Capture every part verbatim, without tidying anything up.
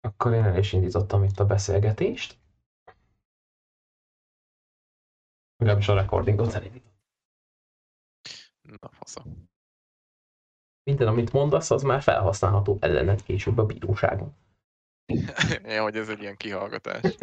Akkor én el is indítottam itt a beszélgetést. Legalábbis a recordingot elindítottam. Na, fasza. Minden, amit mondasz, az már felhasználható ellened később a bíróságon. Ja, hogy ez egy ilyen kihallgatás.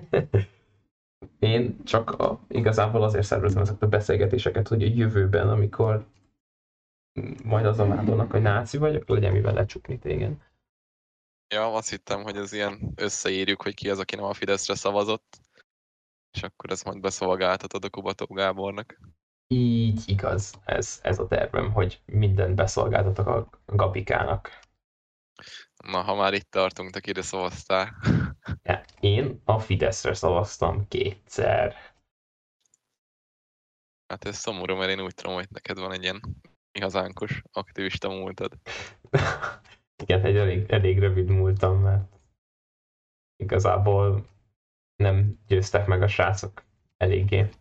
Én csak a, igazából azért szervezem ezeket a beszélgetéseket, hogy a jövőben, amikor majd azon vádolnak, hogy náci vagyok, legyen mivel lecsukni téged. Ja, azt hittem, hogy ez ilyen összeírjuk, hogy ki az, aki nem a Fideszre szavazott, és akkor ezt majd beszolgáltatod a Kubató Gábornak. Így igaz, ez, ez a tervem, hogy mindent beszolgáltatok a Gabikának. Na, ha már itt tartunk, te kire szavaztál? Ja, én a Fideszre szavaztam kétszer. Hát ez szomorú, mert én úgy tudom, hogy neked van egy ilyen mi hazánkos aktivista múltad. Igen, egy elég, elég rövid múltam, mert igazából nem győztek meg a srácok eléggé.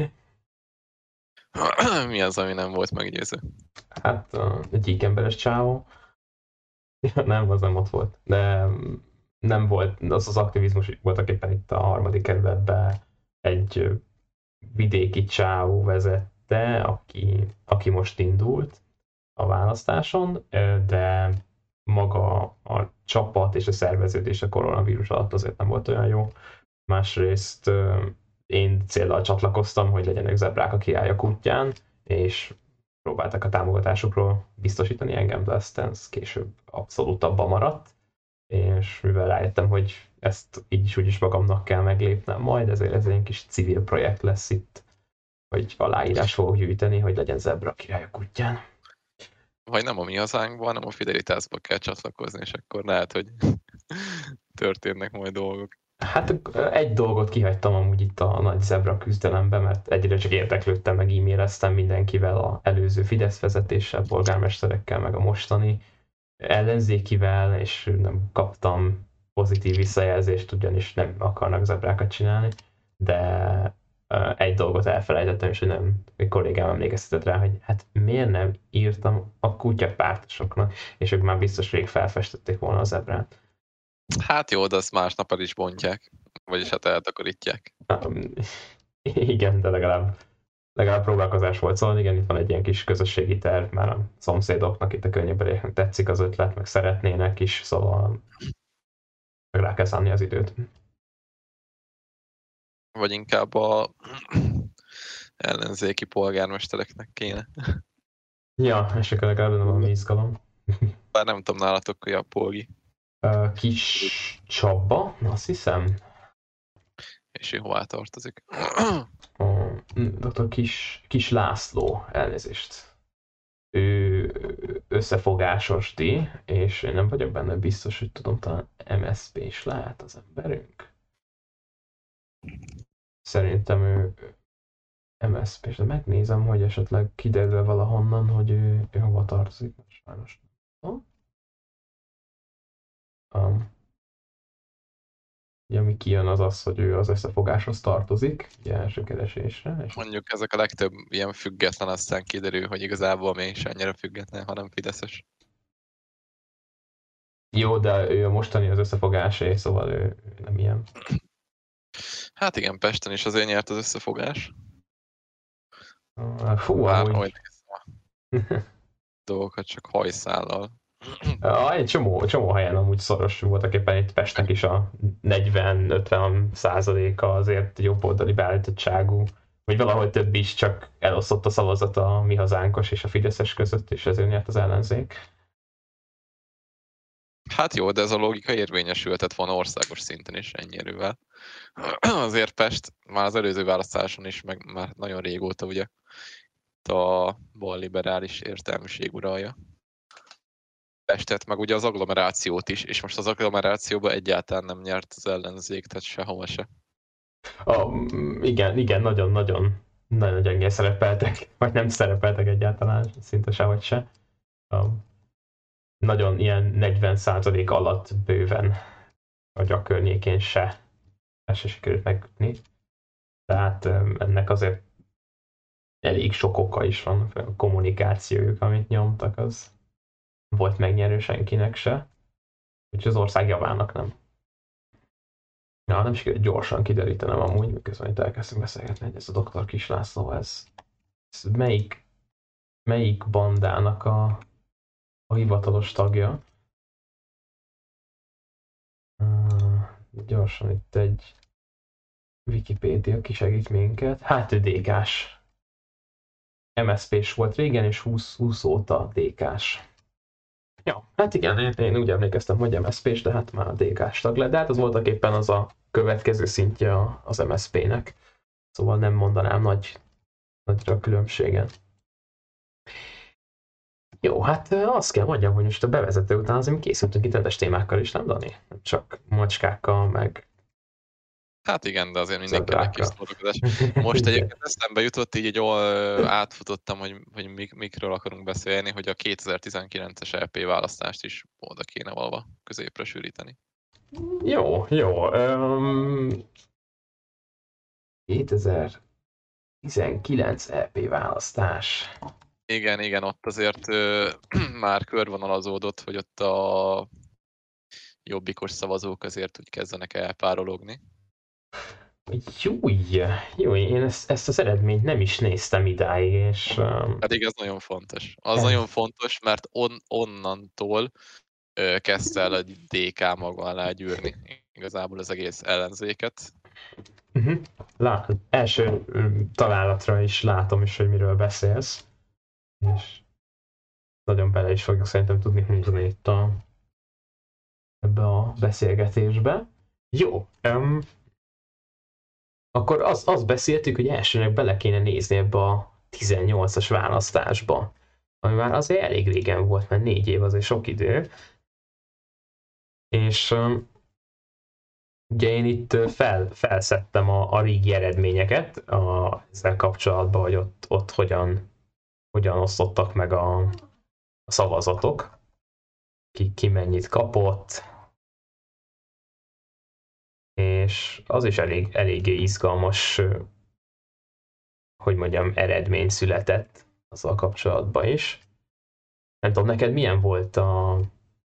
Mi az, ami nem volt meggyőző? Hát a gyík emberes csávó, nem, az nem ott volt, de nem volt, az az aktivizmus voltak éppen itt a harmadik kerületben egy vidéki csávó vezette, aki, aki most indult a választáson, de maga a csapat és a szerveződés a koronavírus alatt azért nem volt olyan jó. Másrészt én céllal csatlakoztam, hogy legyenek zebrák a királyok útján, és próbáltak a támogatásukról biztosítani engem, de aztán ez később abszolút abban maradt, és mivel rájöttem, hogy ezt így is úgy is magamnak kell meglépnem majd, ezért ez egy kis civil projekt lesz itt, hogy aláírás fogok gyűjteni, hogy legyen zebra a királyok útján. Vagy nem a mi hazánkban, hanem a Fidelitásba kell csatlakozni, és akkor lehet, hogy történnek majd dolgok. Hát egy dolgot kihagytam amúgy itt a nagy zebra küzdelemben, mert egyre csak érdeklődtem, meg e-maileztem mindenkivel, az előző Fidesz vezetéssel, polgármesterekkel, meg a mostani ellenzékivel, és nem kaptam pozitív visszajelzést, ugyanis nem akarnak zebrákat csinálni, de egy dolgot elfelejtettem, és hogy nem, egy kollégám emlékeztetett rá, hogy hát miért nem írtam a kutyapártosoknak, és ők már biztos rég felfestették volna a zebrát. Hát jó, de azt másnap el is bontják. Vagyis hát eltakarítják. Igen, de legalább, legalább próbálkozás volt. Szóval igen, itt van egy ilyen kis közösségi terv, már a szomszédoknak, itt a környékbelieknek tetszik az ötlet, meg szeretnének is, szóval meg rá kell szánni az időt. Vagy inkább a ellenzéki polgármestereknek kéne. Ja, és akkor legalább nem valami izgalom. Bár nem tudom nálatok, hogy a polgi. Kis Csaba, azt hiszem. És ő hová tartozik. doktor Kis, Kis László, elnézést. Ő összefogásosdi, és én nem vagyok benne biztos, hogy tudom, talán em es zé pé is lehet az emberünk. Szerintem ő em es zé pé, de megnézem, hogy esetleg kiderül valahonnan, hogy ő, ő hova tartozik. Sajnos nem. Um, ugye, ami kijön az az, hogy ő az összefogáshoz tartozik, ugye első keresésre. És Mondjuk ezek a legtöbb ilyen független, aztán kiderül, hogy igazából még is annyira független, hanem fideszes. jó, de ő a mostani az összefogásé, szóval ő, ő nem ilyen. Hát igen, Pesten is azért nyert az összefogás. Uh, fú, Bár amúgy... ahogy nézem a dolgokat csak hajszállal. Uh, egy csomó, csomó helyen amúgy szoros voltak éppen itt Pestnek is a negyven-ötven százaléka azért jobboldali beállítottságú, vagy valahogy több is, csak elosztott a szavazat a mi hazánkos és a fideszes között, és ezért nyert az ellenzék. Hát jó, de ez a logika érvényesülhetett volna országos szinten is ennyi erővel. Azért Pest már az előző választáson is, meg már nagyon régóta ugye a balliberális értelmiség uralja Pestet, meg ugye az agglomerációt is, és most az agglomerációban egyáltalán nem nyert az ellenzék, tehát sehova se. Oh, igen, igen, nagyon-nagyon nagyon gyengén szerepeltek, vagy nem szerepeltek egyáltalán, szinte sehogy se. Um, nagyon ilyen negyven százalék alatt bőven, vagy a környékén se, ezt se sikerült megütni. Tehát ennek azért elég sok oka is van, a kommunikációjuk, amit nyomtak, az volt megnyerő senkinek se. Úgyhogy az ország javának nem. Ja, nem sikerült gyorsan kiderítenem amúgy, miközben itt elkezdtünk beszélgetni, hogy ez a doktor Kislászló, ez, ez melyik, melyik bandának a, a hivatalos tagja. Uh, gyorsan itt egy Wikipédia kisegít minket. Hát ő dé ká-s. em es zé pés volt régen, és húsz, húsz óta dé ká-s. Ja, hát igen, én, én úgy emlékeztem, hogy em es zé pés, de hát már a dé ká-s tag lett. De hát az voltak éppen az a következő szintje az em es zé pé-nek. Szóval nem mondanám nagy, nagyra a különbségen. Jó, hát azt kell mondjam, hogy most a bevezető után azért készültünk itt rendes témákkal is, nem Dani? Csak macskákkal, meg Hát igen, de azért mindig kell egy kis zebrákkal. szórakozás. Most Igen. egyébként eszembe jutott, így egy ol- átfutottam, hogy, hogy mik, mikről akarunk beszélni, hogy a kétezer-tizenkilences é pé választást is oda kéne valahol középre sűríteni. Jó, jó. Um, kétezer-tizenkilenc é pé választás. Igen, igen, ott azért ö, már körvonalazódott, hogy ott a jobbikos szavazók azért úgy kezdenek elpárologni. Júj, jó, én ezt, ezt az eredményt nem is néztem idáig, és... Um, Pedig ez nagyon fontos. Az ez, nagyon fontos, mert on, onnantól ö, kezdte el a dé ká maga alá gyűrni igazából az egész ellenzéket. uh-huh. Lá, első találatra is látom is, hogy miről beszélsz. És nagyon bele is fogjuk szerintem tudni húzni itt a, ebbe a beszélgetésbe. Jó, um, akkor azt az beszéltük, hogy elsőnek bele kéne nézni ebbe a tizennyolcas választásba, ami már azért elég régen volt, mert négy év azért sok idő. És um, ugye én itt fel, felszedtem a, a régi eredményeket a, ezzel kapcsolatban, hogy ott, ott hogyan, hogyan osztottak meg a, a szavazatok, ki, ki mennyit kapott, és az is elég, eléggé izgalmas, hogy mondjam, eredmény született azzal kapcsolatban is. Nem tudom, neked milyen volt a,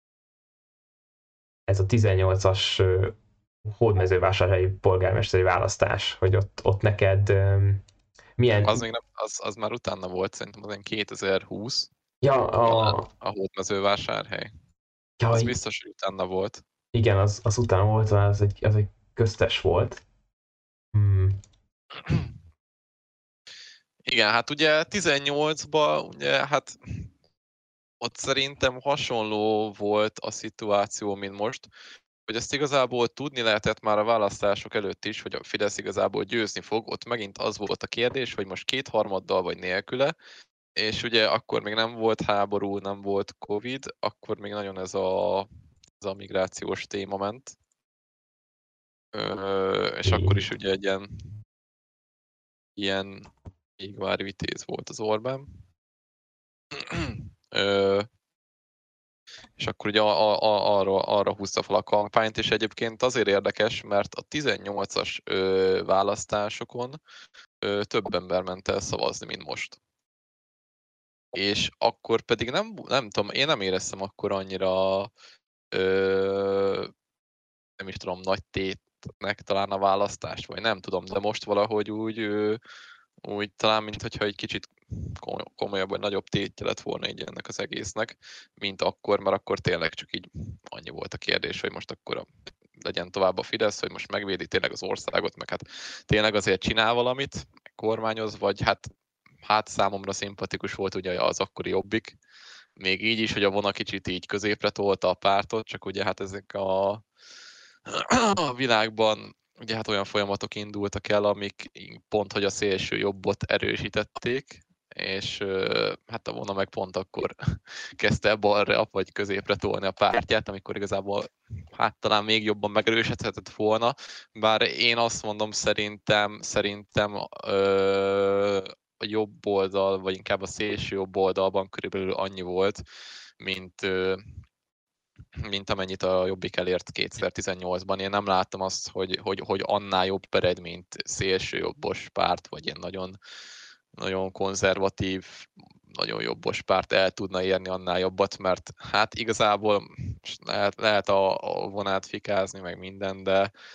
ez a tizennyolcas hódmezővásárhelyi polgármesteri választás, hogy ott, ott neked milyen... Az még nem, az, az már utána volt, szerintem az kétezer-húsz, Ja, talán a... a Hódmezővásárhely. Az Jaj, biztos, hogy utána volt. igen, az, az után volt, az egy, az egy köztes volt. Hmm. Igen, hát ugye tizennyolcban, ugye hát ott szerintem hasonló volt a szituáció, mint most, hogy ezt igazából tudni lehetett már a választások előtt is, hogy a Fidesz igazából győzni fog. Ott megint az volt a kérdés, hogy most kétharmaddal vagy nélküle, és ugye akkor még nem volt háború, nem volt Covid, akkor még nagyon ez a, ez a migrációs téma ment. Ö, és akkor is ugye egy ilyen, ilyen égvári vitéz volt az Orbán. Ö, és akkor ugye a, a, arra, arra húzta fel a kampányt, és egyébként azért érdekes, mert a tizennyolcas ö, választásokon ö, több ember ment el szavazni, mint most. És akkor pedig nem, nem tudom, én nem éreztem akkor annyira ö, nem is tudom, nagy tétnek talán a választást, vagy nem tudom, de most valahogy úgy, ö, úgy talán, mintha egy kicsit komolyabb, vagy nagyobb tétje lett volna így ennek az egésznek, mint akkor, mert akkor tényleg csak így annyi volt a kérdés, hogy most akkor a, legyen tovább a Fidesz, hogy most megvédi tényleg az országot, meg hát tényleg azért csinál valamit, kormányoz, vagy hát, hát számomra szimpatikus volt ugye az akkori Jobbik, még így is, hogy a vona kicsit így középre tolta a pártot, csak ugye hát ezek a, a világban ugye hát olyan folyamatok indultak el, amik pont, hogy a szélső jobbot erősítették, és hát a vona meg pont akkor kezdte balra vagy középre tolni a pártját, amikor igazából hát talán még jobban megerősödhetett volna, bár én azt mondom, szerintem, szerintem ö, a jobb oldal, vagy inkább a szélső jobb oldalban körülbelül annyi volt, mint mint amennyit a Jobbik elért kétezer-tizennyolcban. Én nem láttam azt, hogy, hogy, hogy annál jobb eredményt szélsőjobbos párt, vagy ilyen nagyon, nagyon konzervatív, nagyon jobbos párt el tudna érni annál jobbat, mert hát igazából lehet, lehet a, a vonát fikázni, meg minden, de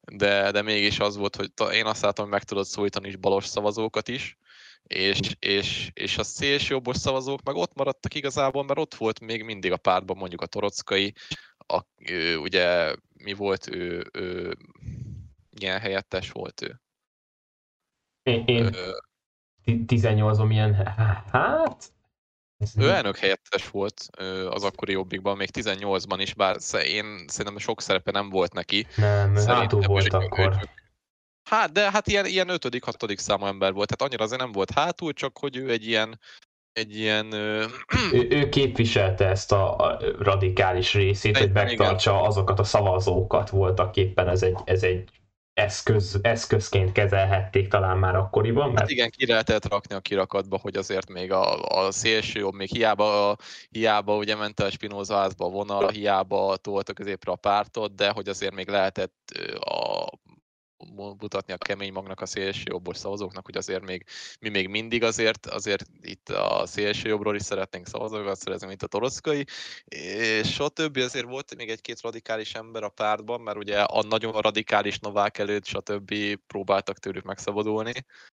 de, de mégis az volt, hogy én azt látom, hogy meg tudod szólítani is balos szavazókat is, és, és, és a szélsőjobbos szavazók meg ott maradtak igazából, mert ott volt még mindig a pártban mondjuk a Torockai, a, ő, ugye mi volt ő, ő, milyen helyettes volt ő? Én, én tizennyolcban milyen, hát... Ő elnök helyettes volt az akkori Jobbikban, még tizennyolcban is, bár én szerintem sok szerepe nem volt neki. Nem, hátul volt akkor. Ő, hát, de hát ilyen, ilyen ötödik, hatodik számú ember volt, tehát annyira azért nem volt hátul, csak hogy ő egy ilyen egy ilyen... Ő, ő képviselte ezt a, a radikális részét, hogy megtartsa igen. azokat a szavazókat, voltak éppen ez egy, ez egy eszköz, eszközként kezelhették talán már akkoriban. Mert... Hát igen, ki lehetett rakni a kirakatba, hogy azért még a, a szélső jobb, még hiába, hiába ugye ment a Spinoza házba a vonal, hiába tolta középre a pártot, de hogy azért még lehetett a mutatni a kemény magnak a szélső jobbos szavazóknak, hogy azért még mi még mindig azért, azért itt a szélső jobbról is szeretnénk szavazókat szerezni, mint a Torockai, és a többi azért volt még egy-két radikális ember a pártban, mert ugye a nagyon radikális Novák előtt, stb. Próbáltak tőlük megszabadulni.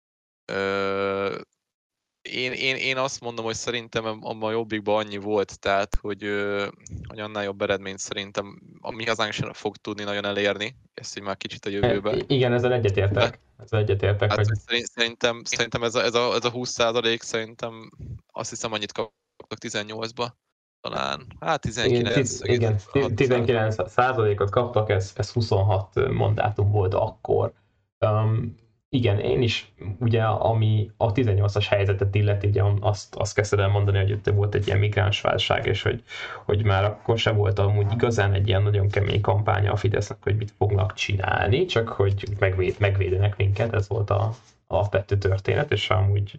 Én, én, én azt mondom, hogy szerintem abban a Jobbikban annyi volt, tehát, hogy, hogy annál jobb eredményt szerintem a mi hazánk sem fog tudni nagyon elérni, ezt így már kicsit a jövőben. Igen, ezzel egyetértek. Ezzel egyetértek, hát hogy... Szerintem, szerintem ez, a, ez, a, ez a húsz százalék szerintem azt hiszem annyit kaptak tizennyolcba. Talán, hát tizenkilenc. Igen, igen tizenkilenc százalékot kaptak, ez, ez huszonhat mandátum volt akkor. Um, igen, én is, ugye, ami a tizennyolcas helyzetet illeti, ugye azt, azt kezdted el mondani, hogy itt volt egy ilyen migránsválság, és hogy, hogy már akkor sem volt amúgy igazán egy ilyen nagyon kemény kampánya a Fidesznek, hogy mit fognak csinálni, csak hogy megvéd, megvédenek minket, ez volt a alapvető történet, és amúgy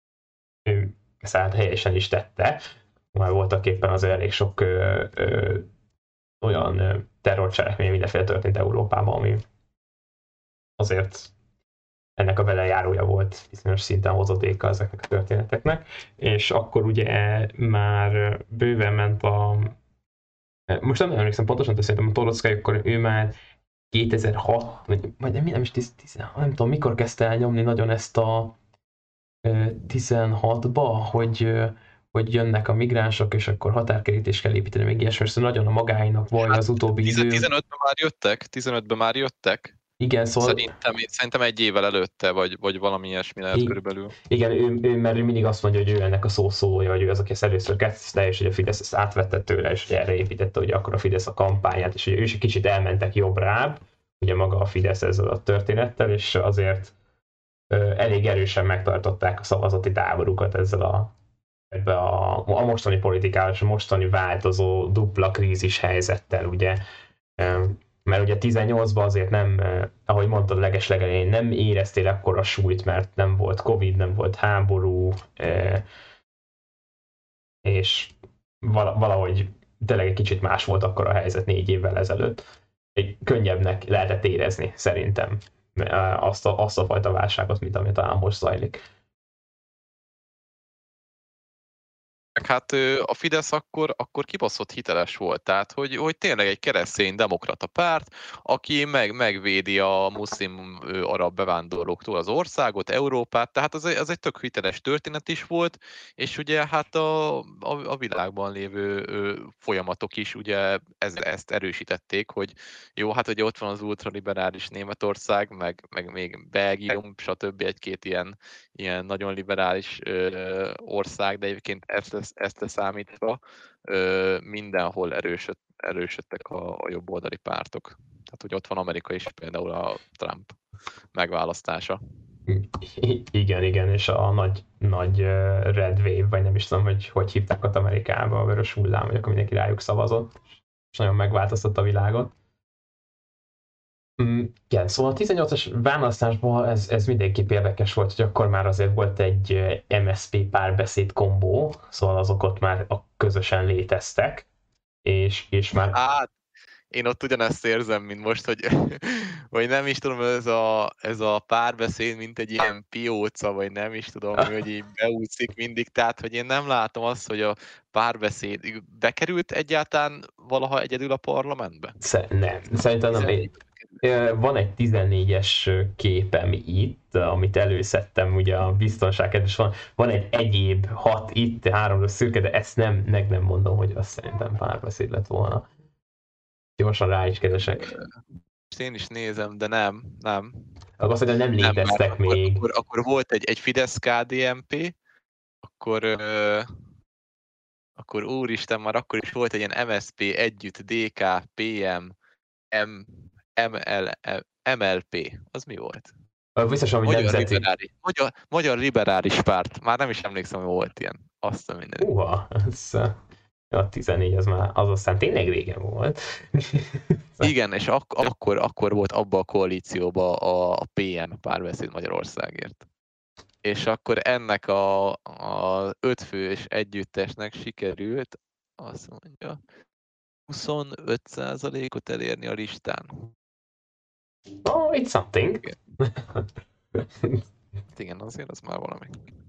ő ezt hát helyesen is tette. Már voltak éppen azért elég sok ö, ö, olyan terrorcselekmény mindenféle történt Európában, ami azért ennek a velejárója volt, bizonyos szinten hozadéka ezeknek a történeteknek, és akkor ugye már bőven ment a... Most nem emlékszem pontosan, de szerintem a Torockai, akkor ő már kétezer-hat, vagy nem, nem is tizenhat, nem tudom, mikor kezdte el nyomni nagyon ezt a tizenhatba, hogy hogy jönnek a migránsok, és akkor határkerítést kell építeni, még ilyesmi, szóval nagyon a magáinak van hát, az utóbbi idő. tizenötben már jöttek? tizenötben már jöttek? Igen, szóval... Szerintem, szerintem egy évvel előtte, vagy, vagy valami ilyesmi lehet I- körülbelül. Igen, ő, ő mert mindig azt mondja, hogy ő ennek a szószólója, hogy ő az, aki ezt először kezdte, és hogy a Fidesz ezt átvette tőle, és hogy erre építette, hogy akkor a Fidesz a kampányát, és hogy ő is egy kicsit elmentek jobbrább, ugye maga a Fidesz ezzel a történettel, és azért ö, elég erősen megtartották a szavazati táborukat ezzel a ebbe a, a mostani politikával és a mostani változó dupla krízis helyzettel, ugye, mert ugye tizennyolcban azért nem, ahogy mondtad legeslegelején, nem éreztél ekkora súlyt, mert nem volt Covid, nem volt háború, és valahogy tényleg egy kicsit más volt akkor a helyzet négy évvel ezelőtt. Egy könnyebbnek lehetett érezni szerintem azt a, azt a fajta válságot, mint ami talán most zajlik. Hát a Fidesz akkor, akkor kibaszott hiteles volt, tehát hogy, hogy tényleg egy keresztény demokrata párt, aki meg, megvédi a muszlim arab bevándorlóktól az országot, Európát, tehát az egy, az egy tök hiteles történet is volt, és ugye hát a, a, a világban lévő folyamatok is ugye ez, ezt erősítették, hogy jó, hát ugye ott van az ultraliberális Németország, meg, meg még Belgium, stb. Egy-két ilyen, ilyen nagyon liberális ö, ország, de egyébként ezt ezt leszámítva mindenhol erősöd, erősödtek a, a jobboldali pártok. Tehát, hogy ott van Amerika is, például a Trump megválasztása. I- igen, igen, és a nagy, nagy Red Wave, vagy nem is tudom, hogy hogy hívták ott Amerikába, a vörös hullám, vagy akkor mindenki rájuk szavazott, és nagyon megváltoztatta a világot. Mm, igen, szóval a tizennyolcas választásban ez, ez mindenképp érdekes volt, hogy akkor már azért volt egy em es zé pé párbeszéd kombó, szóval azok ott már közösen léteztek, és, és már... Hát, én ott ugyanezt érzem, mint most, hogy, vagy nem is tudom, ez a, ez a párbeszéd, mint egy ilyen pióca, vagy nem is tudom, hogy így beúszik mindig, tehát, hogy én nem látom azt, hogy a párbeszéd bekerült egyáltalán valaha egyedül a parlamentbe? Nem, szerintem nem. Van egy tizennégyes képem itt, amit előszedtem ugye a biztonság kedves, van, van egy egyéb hat itt, háromra szürke, de ezt nem, meg nem mondom, hogy azt szerintem párbeszéd lett volna. Gyorsan rá is keresek. Én is nézem, de nem, nem. Akkor szerintem nem léteztek nem, még. Akkor, akkor, akkor volt egy, egy Fidesz ká dé en pé, akkor, ö, akkor úristen, már akkor is volt egy ilyen em es zé pé együtt, dé ká, pé em, M, em el, em el pé. Az mi volt? Biztosan, hogy Magyar, nemzeti... liberális, Magyar, Magyar Liberális Párt. Már nem is emlékszem, hogy volt ilyen. Azt a minden. Uha, ez, a tizennégy az már, az aztán tényleg régen volt. Igen, és ak- akkor, akkor volt abba a koalícióba a, a pé em, Párbeszéd Magyarországért. És akkor ennek a, a ötfős együttesnek sikerült, azt mondja, huszonöt százalékot elérni a listán. Oh, it's something. Igen, azért az már valami.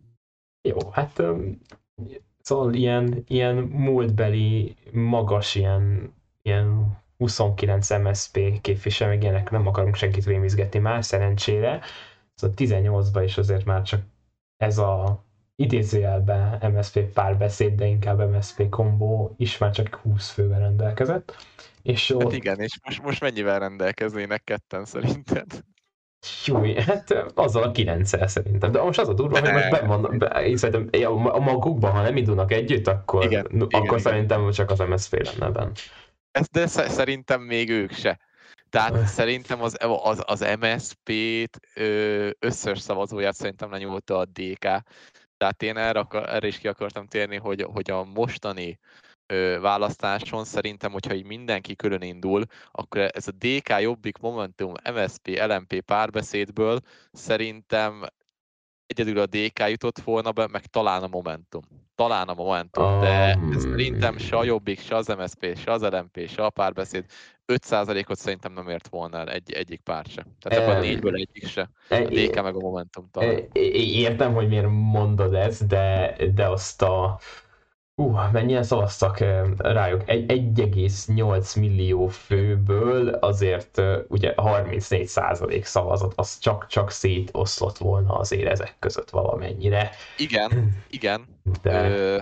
Jó, hát um, szóval ilyen, ilyen múltbeli, magas, ilyen, ilyen huszonkilenc em es zé pé képvisel, meg ilyenek nem akarunk senkit rémizgetni már, szerencsére. Szóval tizennyolcban is azért már csak ez a idézőjelben em es zé pé párbeszéd, de inkább em es zé pé kombó is már csak húsz fővel rendelkezett. És Hát ott... igen, és most, most mennyivel rendelkeznének ketten szerinted? Júj, hát azzal a kilenccel szerintem. De most az a durva, hogy most benn van, be, én szerintem a magukban, ha nem indulnak együtt, akkor, Igen, akkor igen, szerintem igen. csak az em es zé pé lenne benne. Ez, de szerintem még ők se. Tehát szerintem az, az, az em es zé pét összes szavazóját szerintem lenyúlta a dé ká. Tehát én erre, erre is ki akartam térni, hogy, hogy a mostani ö, választáson szerintem, hogyha így mindenki külön indul, akkor ez a dé ká, Jobbik, Momentum, em es zé pé, el em pé párbeszédből szerintem egyedül a dé ká jutott volna be, meg talán a Momentum. Talán a Momentum, de Um, szerintem se a Jobbik, se az em es zé pé, se az el em pé, se a párbeszéd öt százalékot szerintem nem ért volna el egy, egyik párt se. Tehát ebben a négyből egyik se. A dé ká meg a Momentum talán. Értem, hogy miért mondod ezt, de, de azt a... Uh, mennyien szavaztak rájuk? egy egész nyolc millió főből azért ugye harmincnégy százalék szavazott, az csak, csak szétoszlott volna azért ezek között valamennyire. Igen, igen. De, Ö,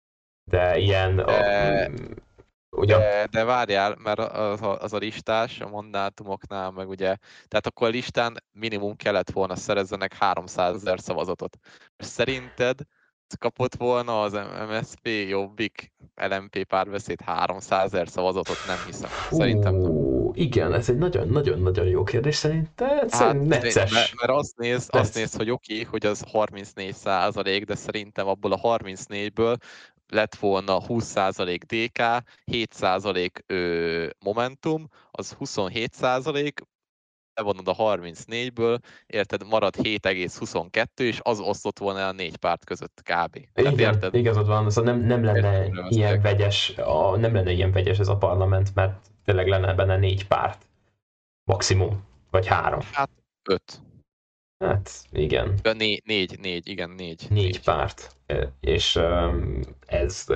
de ilyen... de, a, ugye, de, de várjál, mert az a, az a listás a mandátumoknál, meg ugye, tehát akkor a listán minimum kellett volna szerezzenek háromszázezer szavazatot. Szerinted kapott volna az em es zé pé, Jobbik, el em pé párbeszéd háromszázezer szavazatot? Nem hiszem. Szerintem nem. Uh, igen, ez egy nagyon-nagyon-nagyon jó kérdés szerintem. Hát, necces. mert, mert azt néz, azt néz, hogy oké, okay, hogy az harmincnégy százalék, de szerintem abból a harmincnégyből lett volna húsz százalék dé ká, hét százalék ö, Momentum, az huszonhét százalék, levonod a harmincnégyből, érted, marad hét egész huszonkettő, és az osztott volna el a négy párt között kb. Igen, érted? igazad van, szóval nem, nem lenne Érted, ilyen vegyes, a, nem lenne ilyen vegyes ez a parlament, mert tényleg lenne benne négy párt. Maximum. Vagy három. Hát öt. Hát igen. Né, négy, négy, igen, négy. Négy, négy. párt. És ez,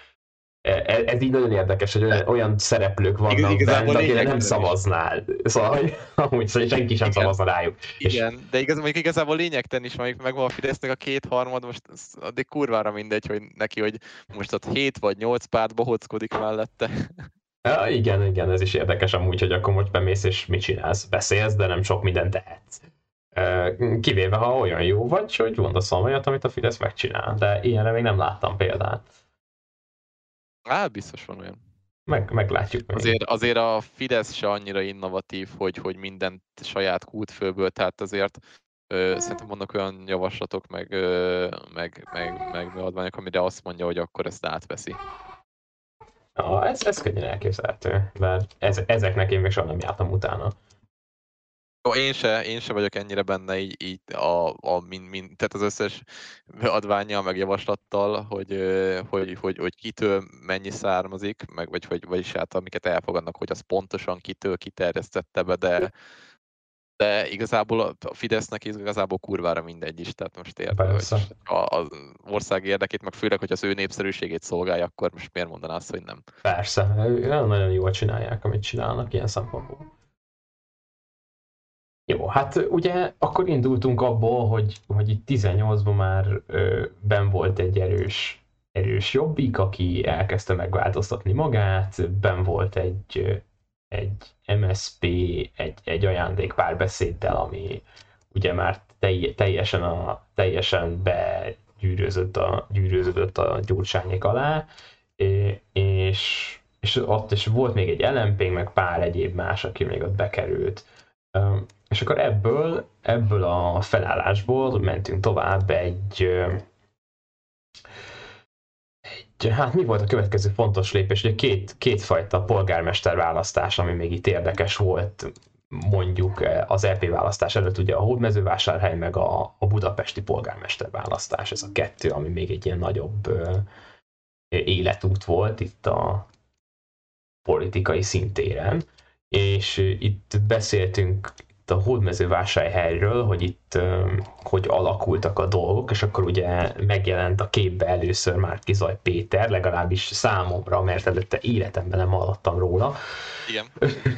ez így nagyon érdekes, hogy olyan, olyan szereplők vannak bent, akire nem szavaznál. Szóval, hogy amúgy senki sem igen. szavazna rájuk. Igen, és... de igaz, mondjuk igazából lényegtelen is, mondjuk megvan a Fidesznek a kétharmad, most addig kurvára mindegy, hogy neki, hogy most ott hét vagy nyolc párt bohockodik mellette. Ja, igen, igen, ez is érdekes amúgy, hogy akkor most bemész és mit csinálsz? Beszélsz, de nem sok mindent tehetsz. Kivéve, ha olyan jó vagy, hogy mondasz olyat, amit a Fidesz megcsinál. De ilyenre még nem láttam példát. Á, biztos van olyan. Meg, meglátjuk még. Azért, azért a Fidesz se annyira innovatív, hogy, hogy mindent saját kútfőből, tehát azért ö, szerintem vannak olyan javaslatok, meg, ö, meg, meg, meg beadványok, amire azt mondja, hogy akkor ezt átveszi. Ja, ez, ez könnyen elképzelhető, mert ez, ezeknek én még soha nem jártam utána. Én se, én se vagyok ennyire benne így, így a, a min, min, tehát az összes advánnyal, meg javaslattal, hogy, hogy, hogy, hogy kitől mennyi származik, meg vagy, vagy, vagyis hát amiket elfogadnak, hogy az pontosan kitől kiterjesztette be, de, de igazából a Fidesznek igazából kurvára mindegy is, tehát most érted, hogy az ország érdekét, meg főleg, hogy az ő népszerűségét szolgálja, akkor most miért mondaná azt, hogy nem? Persze, nagyon jól csinálják, amit csinálnak ilyen szempontból. Jó, hát ugye akkor indultunk abból, hogy, hogy itt tizennyolcban már ö, benn volt egy erős, erős Jobbik, aki elkezdte megváltoztatni magát, benn volt egy, egy em es zé pé, egy, egy ajándékpárbeszéddel, ami ugye már telj, teljesen, a, teljesen begyűrözött a, gyűröződött a Gyurcsányék alá, és, és ott is volt még egy el em pé, meg pár egyéb más, aki még ott bekerült. És akkor ebből, ebből a felállásból mentünk tovább egy, egy hát mi volt a következő fontos lépés? Ugye két, kétfajta polgármester választás, ami még itt érdekes volt, mondjuk az é pé választás előtt, ugye a Hódmezővásárhely meg a, a budapesti polgármester választás, ez a kettő, ami még egy ilyen nagyobb ö, életút volt itt a politikai szintéren, és itt beszéltünk itt a Hódmezővásárhelyről, hogy itt hogy alakultak a dolgok, és akkor ugye megjelent a képbe először Márki-Zay Péter, legalábbis számomra, mert előtte életemben nem hallottam róla. Igen.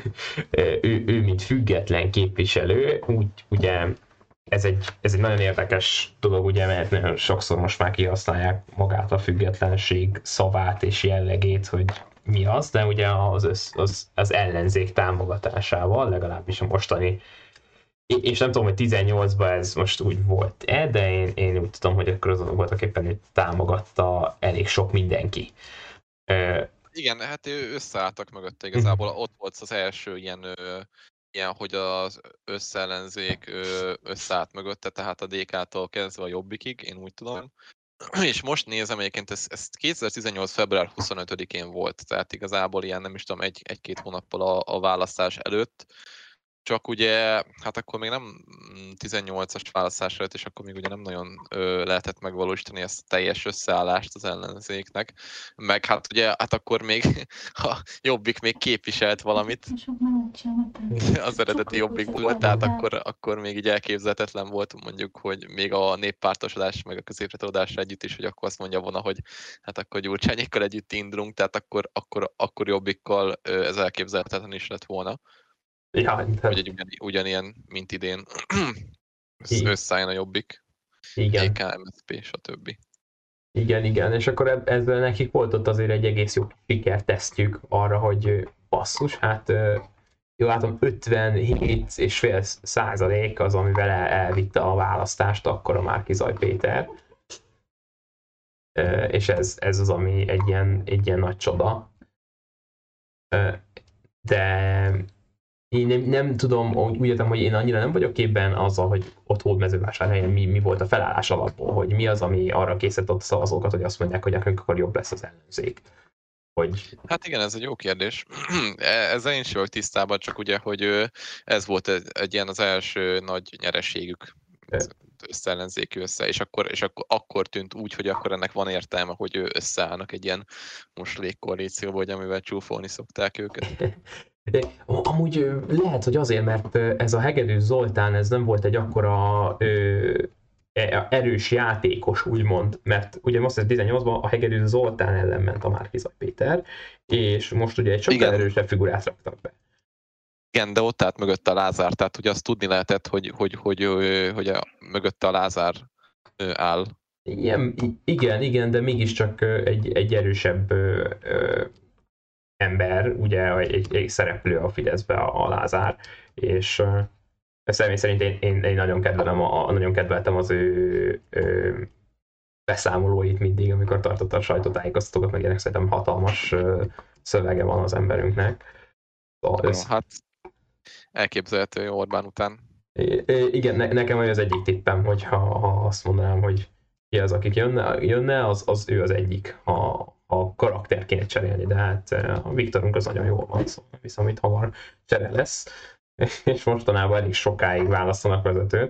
ő, ő, mint független képviselő, úgy ugye ez egy, ez egy nagyon érdekes dolog, ugye, mert nagyon sokszor most már kihasználják magát a függetlenség szavát és jellegét, hogy mi az, de ugye az, az, az ellenzék támogatásával, legalábbis a mostani, és nem tudom, hogy tizennyolcban ez most úgy volt-e, de én, én úgy tudom, hogy akkor azon voltak éppen, hogy támogatta elég sok mindenki. Igen, hát ő összeálltak mögötte igazából, ott volt az első ilyen, ilyen hogy az összellenzék összeállt mögötte, tehát a dé ká-tól kezdve a Jobbikig, én úgy tudom. És most nézem, egyébként ez, ez kétezer-tizennyolc. február huszonötödikén volt, tehát igazából ilyen nem is tudom, egy, egy-két hónappal a, a választás előtt. Csak ugye, hát akkor még nem tizennyolcas választás előtt, és akkor még ugye nem nagyon ö, lehetett megvalósítani ezt a teljes összeállást az ellenzéknek. Meg hát ugye, hát akkor még a Jobbik még képviselt valamit. Az eredeti Jobbik volt, tehát akkor, akkor még így elképzelhetetlen volt mondjuk, hogy még a néppártosodás, meg a középretolódásra együtt is, hogy akkor azt mondja volna, hogy hát akkor Gyurcsányékkal együtt indulunk, tehát akkor, akkor, akkor Jobbikkal ez elképzelhetetlen is lett volna. Ja, de... Hogy egy ugyan, ugyanilyen, mint idén összeálljon a Jobbik, igen. dé ká, em es zé pé, stb. Igen, igen, és akkor ezzel nekik volt ott azért egy egész jó sikertesztjük arra, hogy basszus, hát jól látom ötvenhét és fél százalék az, amivel elvitte a választást akkor a Márki-Zay Péter. És ez, ez az, ami egy ilyen, egy ilyen nagy csoda. De én nem, nem tudom, úgy értem, hogy én annyira nem vagyok képben azzal, hogy ott Hódmezővásárhelyen mi, mi volt a felállás alapból, hogy mi az, ami arra készített a szavazókat, hogy azt mondják, hogy nekünk akkor jobb lesz az ellenzék. Hogy... Hát igen, ez egy jó kérdés. Ezzel én sem vagyok tisztában, csak ugye, hogy ez volt egy, egy ilyen az első nagy nyereségük összeellenzéki össze, és akkor, és akkor, akkor tűnt úgy, hogy akkor ennek van értelme, hogy összeállnak egy ilyen moslékkoalícióba, hogy amivel csúfolni szokták őket. De amúgy lehet, hogy azért, mert ez a Hegedűs Zoltán, ez nem volt egy akkora ö, erős játékos, úgymond, mert ugye most ez tizennyolcban a Hegedűs Zoltán ellen ment a Márki-Zay Péter, és most ugye egy sokkal erősebb figurát raktak be. Igen, de ott állt mögötte a Lázár, tehát ugye azt tudni lehetett, hogy, hogy, hogy, hogy, hogy a, mögötte a Lázár áll. Igen, igen, igen, de mégiscsak egy, egy erősebb ö, ö, ember, ugye egy, egy szereplő a Fideszbe, a Lázár, és uh, személy szerint én, én, én nagyon, kedvelem a, nagyon kedveltem az ő, ő beszámolóit mindig, amikor tartotta a sajtótájékoztatókat, meg ilyenek, szerintem hatalmas uh, szövege van az emberünknek. Szóval no, össz... Hát elképzelhető Orbán után. I, igen, ne, nekem az egyik tippem, hogyha ha azt mondanám, hogy ki az, akik jönne, jönne az, az ő az egyik, ha a karakter kéne cserélni, de hát a Viktorunk az nagyon jól van, szóval nem hiszem, hogy hamar csere lesz, és mostanában elég sokáig választanak vezetőt.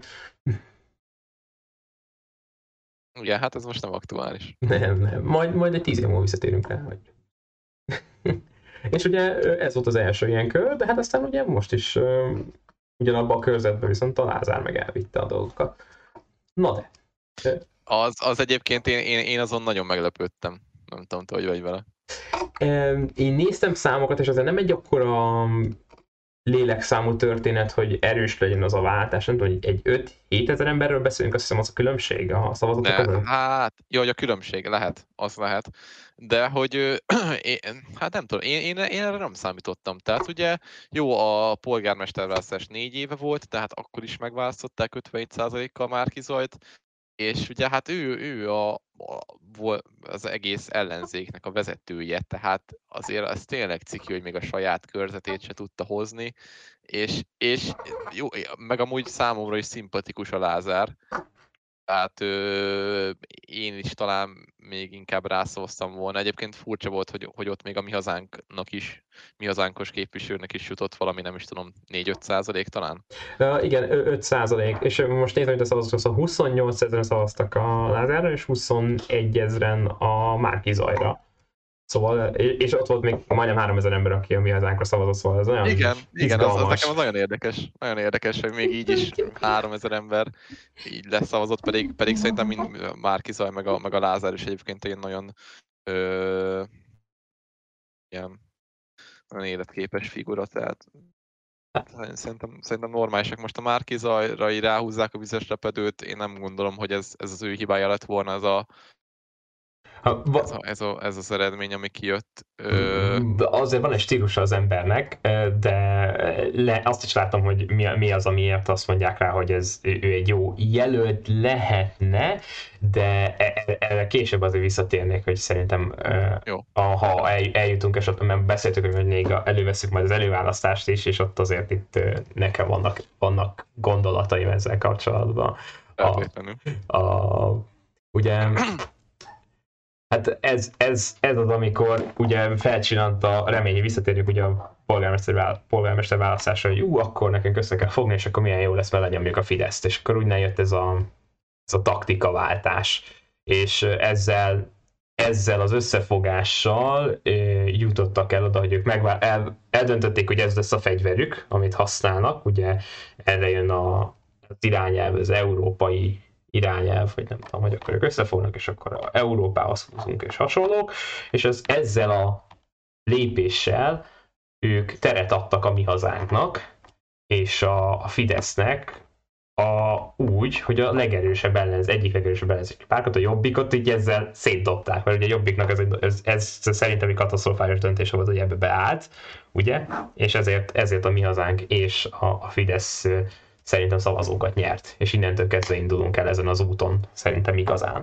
Igen, hát ez most nem aktuális. Nem, nem, majd, majd egy tíz év múlva visszatérünk rá, hogy... És ugye ez volt az első ilyen kör, de hát aztán ugye most is uh, ugyanabban a körzetben viszont a Lázár meg elvitte a dolgokat. Na de... Az, az egyébként én, én, én azon nagyon meglepődtem. Nem tudom, te hogy vagy vele. Én néztem számokat, és azért nem egy akkora lélekszámú történet, hogy erős legyen az a váltás. Nem tudom, hogy egy öt-hét ezer emberről beszélünk, azt hiszem az a különbség a szavazatok De között. hát, jó, hogy a különbség lehet, az lehet. De hogy, ö, én, hát nem tudom, én, én, én erre nem számítottam. Tehát ugye jó, a polgármesterválasztás négy éve volt, tehát akkor is megválasztották ötvenhét százalékkal Márki Zajt, és ugye hát ő, ő a, a, vo- az egész ellenzéknek a vezetője, tehát azért az tényleg ciki, hogy még a saját körzetét se tudta hozni, és, és jó, meg amúgy számomra is szimpatikus a Lázár, tehát ö, én is talán még inkább rászavaztam volna. Egyébként furcsa volt, hogy, hogy ott még a Mi Hazánknak is, Mi Hazánkos képviselőnek is jutott valami, nem is tudom, négy-öt százalék talán. Uh, igen, ö- öt százalék, és most nézem, hogy a szavazatok, szóval huszonnyolc ezeren szavaztak a Lázárra, és huszonegy ezeren a Márki Zajra. Szóval, és ott volt még majdnem háromezer ember, aki a Mi Hazánkra szavazott, szóval ez olyan Igen, igen, az, az izgalmas. nekem az nagyon érdekes. Nagyon érdekes, hogy még így is háromezer ember így leszavazott, pedig, pedig szerintem mind Márki Zaj meg a, meg a Lázár is egyébként egy nagyon ö, ilyen, nagyon életképes figura, tehát Szerintem, szerintem normálisak. Most a Márki Zajra így ráhúzzák a vizes repedőt, én nem gondolom, hogy ez, ez az ő hibája lett volna ez, a, Ha, ez, va- a, ez, a, ez az eredmény, ami kijött. Ö, azért van egy stílusa az embernek, de le, azt is látom, hogy mi, mi az, amiért azt mondják rá, hogy ez, ő egy jó jelölt lehetne, de e- erre később azért visszatérnék, hogy szerintem jó. a, ha el, eljutunk, és ott mert beszéltük, hogy még előveszünk majd az előválasztást is, és ott azért itt nekem vannak, vannak gondolataim ezzel kapcsolatban. A, a, ugye Hát ez, ez, ez az, amikor ugye felcsillant a remény, visszatérjük ugye a polgármester, polgármester választásra, hogy ú, akkor nekünk össze kell fogni, és akkor milyen jó lesz, mert lenyomjuk a Fideszt. És akkor úgy jött ez a, ez a taktikaváltás. És ezzel, ezzel az összefogással e, jutottak el oda, hogy ők megvá- el, eldöntötték, hogy ez lesz a fegyverük, amit használnak. Ugye erre jön a, az irányelv, az európai irányelv, vagy nem tudom, hogy akkor ők összefognak, és akkor a Európához húzunk, és hasonlók, és ez, ezzel a lépéssel ők teret adtak a Mi Hazánknak, és a, a Fidesznek a, úgy, hogy a legerősebb ellenzék, egyik legerősebb ellenzéki pártot, a Jobbikot így ezzel szétdobták, mert ugye a Jobbiknak ez, ez, ez szerintem egy katasztrofális döntés volt, hogy ebbe beállt, ugye, és ezért, ezért a Mi Hazánk és a, a Fidesz szerintem szavazókat nyert, és innentől kezdve indulunk el ezen az úton, szerintem igazán.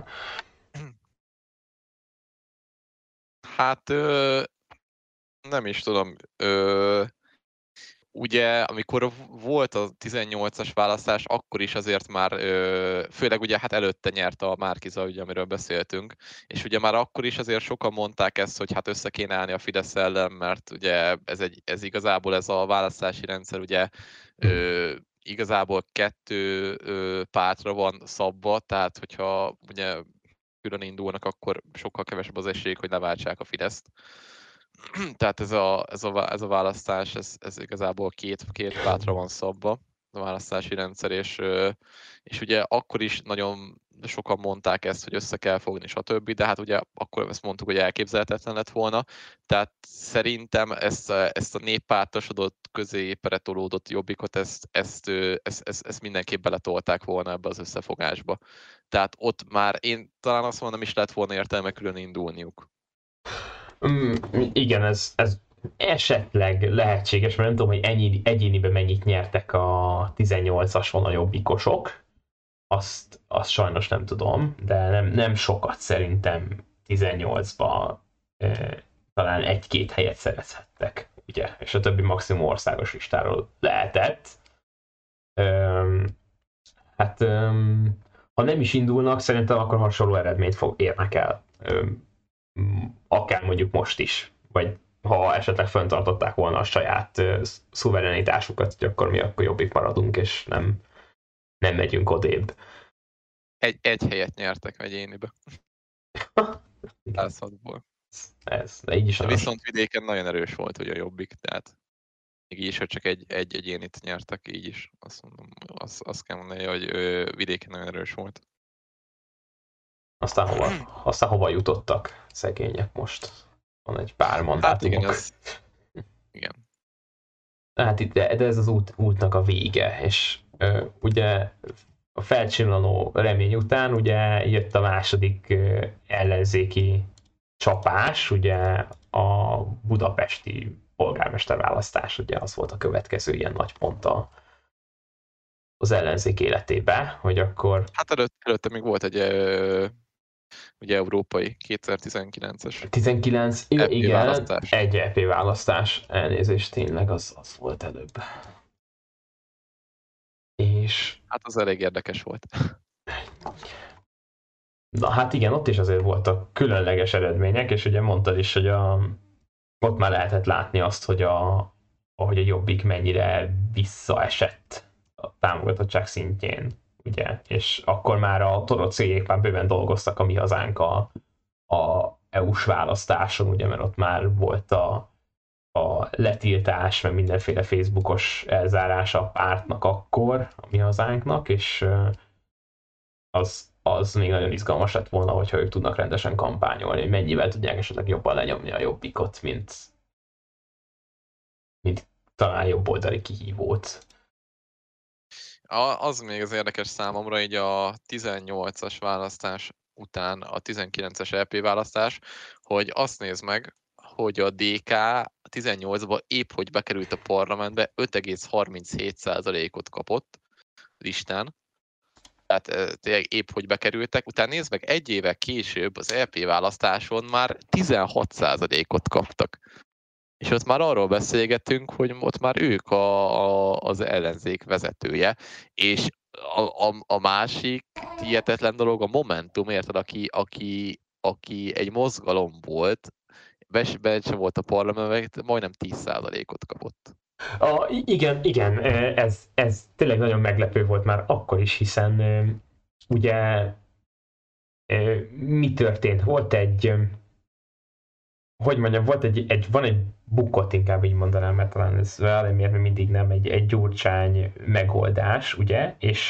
Hát ö, nem is tudom. Ö, ugye, amikor volt a tizennyolcas választás, akkor is azért már, ö, főleg ugye hát előtte nyert a Márki-Zaj, ugye, amiről beszéltünk, és ugye már akkor is azért sokan mondták ezt, hogy hát össze kéne állni a Fidesz ellen, mert ugye ez, egy, ez igazából ez a választási rendszer ugye ö, igazából kettő ö, pártra van szabva, tehát hogyha ugye külön indulnak, akkor sokkal kevesebb az esély, hogy leváltsák a Fideszt. Tehát ez a, ez a, ez a választás, ez, ez igazából két, két pártra van szabva, a választási rendszer, és, és ugye akkor is nagyon sokan mondták ezt, hogy össze kell fogni, stb. De hát ugye akkor ezt mondtuk, hogy elképzelhetetlen lett volna. Tehát szerintem ezt, ezt a néppártosodott, középre tolódott jobbikot, ezt, ezt, ezt, ezt, ezt mindenképp beletolták volna ebbe az összefogásba. Tehát ott már én talán azt mondom, is lett volna értelme külön indulniuk. Mm, igen, ez, ez esetleg lehetséges, mert nem tudom, hogy ennyi, egyéniben mennyit nyertek a tizennyolcason a jobbikosok. Azt, azt sajnos nem tudom, de nem, nem sokat szerintem tizennyolcban e, talán egy-két helyet szerezhettek, ugye, és a többi maximum országos listáról lehetett. Öm, hát öm, ha nem is indulnak, szerintem akkor hasonló eredményt fog, érnek el. Öm, akár mondjuk most is, vagy ha esetleg fenntartották volna a saját uh, szuverenitásukat, hogy akkor mi akkor jobbik maradunk, és nem, nem megyünk odébb. Egy, egy helyet nyertek egyénibe. százhatból. Ez, de így is de viszont vidéken nagyon erős volt, hogy a jobbik, tehát még így is, hogy csak egy, egy egyénit nyertek, így is. Azt mondom, azt, azt kell mondani, hogy ő, vidéken nagyon erős volt. Aztán hova, aztán hova jutottak szegények most? Van egy pár mandátumok. Hát igen, az, igen. hát itt, de ez az út, útnak a vége, és ö, ugye a felcsillanó remény után ugye jött a második ö, ellenzéki csapás, ugye a budapesti polgármester választás, ugye az volt a következő ilyen nagy pont a, az ellenzék életébe, hogy akkor... Hát előtt, előtte még volt egy ö, ugye európai kétezer-tizenkilences tizenkilenc, é pé igen, választás. egy é pé választás, elnézést, tényleg az, az volt előbb. És... Hát az elég érdekes volt. Na hát igen, ott is azért voltak különleges eredmények, és ugye mondtad is, hogy a, ott már lehetett látni azt, hogy a, ahogy a Jobbik mennyire visszaesett a támogatottság szintjén, ugye, és akkor már a torok cégek már bőven dolgoztak a Mi Hazánk a, a é u-s választáson, ugye, mert ott már volt a, a letiltás, meg mindenféle Facebookos elzárása a pártnak akkor, a Mi Hazánknak, és az, az még nagyon izgalmas lett volna, hogyha ők tudnak rendesen kampányolni, hogy mennyivel tudják esetleg jobban lenyomni a Jobbikot, mint, mint talán jobboldali kihívót. A, az még az érdekes számomra, így a tizennyolcas választás után a tizenkilences é pé választás, hogy azt nézd meg, hogy a dé ká tizennyolcban épp hogy bekerült a parlamentbe, öt egész harminchét százalékot kapott listán. Tehát tényleg épp hogy bekerültek. Utána nézd meg, egy évvel később az é pé választáson már tizenhat százalékot kaptak. És ott már arról beszélgetünk, hogy ott már ők a, a, az ellenzék vezetője, és a, a, a másik hihetetlen dolog a Momentum, érted, aki, aki, aki egy mozgalom volt, benne sem volt a parlamentben, majdnem tíz százalékot kapott. A, igen, igen, ez, ez tényleg nagyon meglepő volt már akkor is, hiszen ugye mi történt? Volt egy, hogy mondjam, volt egy, egy van egy bukott, inkább így mondanám, mert talán ez valamiért mindig nem egy, egy Gyurcsány megoldás, ugye, és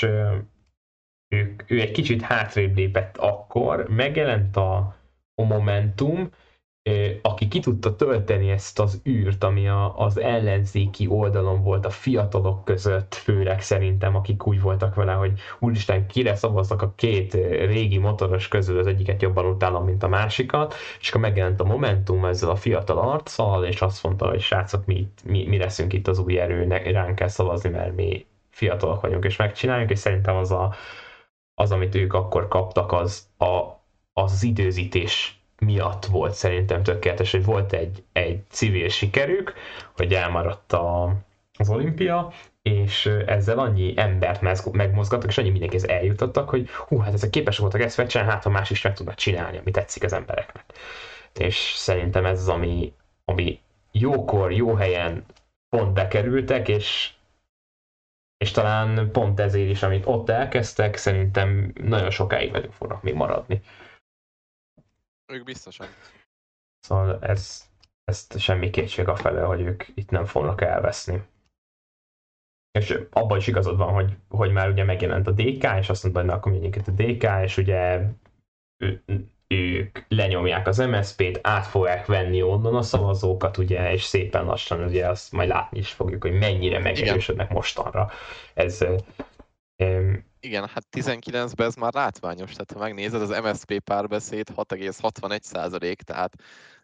ő, ő egy kicsit hátrébb lépett akkor, megjelent a, a Momentum, aki ki tudta tölteni ezt az űrt, ami a, az ellenzéki oldalon volt a fiatalok között, főleg szerintem, akik úgy voltak vele, hogy úristen, kire szavaznak a két régi motoros közül, az egyiket jobban utálom, mint a másikat, és akkor megjelent a Momentum ezzel a fiatal arccal, és azt mondta, hogy srácok, mi, mi, mi leszünk itt az új erő, ránk kell szavazni, mert mi fiatalok vagyunk, és megcsináljuk, és szerintem az, a, az amit ők akkor kaptak, az a, az, az időzítés miatt volt szerintem tökéletes, hogy volt egy, egy civil sikerük, hogy elmaradt a, az olimpia, és ezzel annyi embert megmozgattak, és annyi mindenkihez eljutottak, hogy hú, hát ezek képesek voltak ezt megcsinálni, hát ha más is meg tudnak csinálni, ami tetszik az embereknek. És szerintem ez az, ami, ami jókor, jó helyen pont bekerültek, és és talán pont ezért is, amit ott elkezdtek, szerintem nagyon sokáig velünk fognak még maradni. Ők biztosan. Szóval ez, ezt semmi kétség afelé, hogy ők itt nem fognak elveszni. És abban is igazad van, hogy, hogy már ugye megjelent a dé ká, és azt mondta, hogy na, akkor mindjárt a dé ká, és ugye ő, ők lenyomják az em es zé pét, át fogják venni onnan a szavazókat, ugye, és szépen lassan ugye azt majd látni is fogjuk, hogy mennyire megerősödnek mostanra. Ez um, igen, hát tizenkilencben ez már látványos, tehát ha megnézed, az em es zé pé párbeszéd hat egész hatvanegy százalék, tehát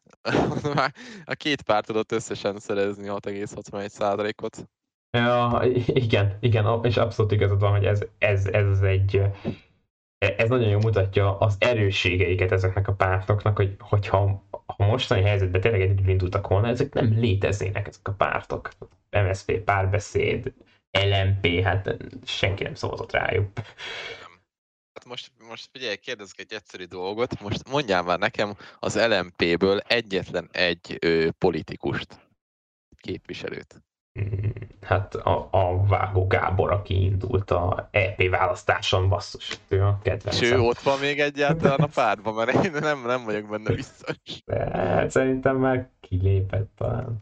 a két párt tudott összesen szerezni hat egész hatvanegy százalékot. Ja, igen, igen, és abszolút igazad van, hogy ez, ez, ez egy ez nagyon jól mutatja az erősségeiket ezeknek a pártoknak, hogy, hogyha a mostani helyzetben tényleg egyedül indultak volna, ezek nem léteznének ezek a pártok. em es zé pé, párbeszéd, el em pé, hát senki nem szavazott rájuk. Hát most, most figyelj, kérdezzük egy egyszerű dolgot. Most mondjál már nekem az el em péből egyetlen egy ö, politikust, képviselőt. Hát a, a Vágó Gábor, aki indult a é pé választáson, basszus, ő a kedvencem. És ő ott van még egyáltalán a pártban, mert én nem, nem vagyok benne biztos. De, hát szerintem már kilépett talán.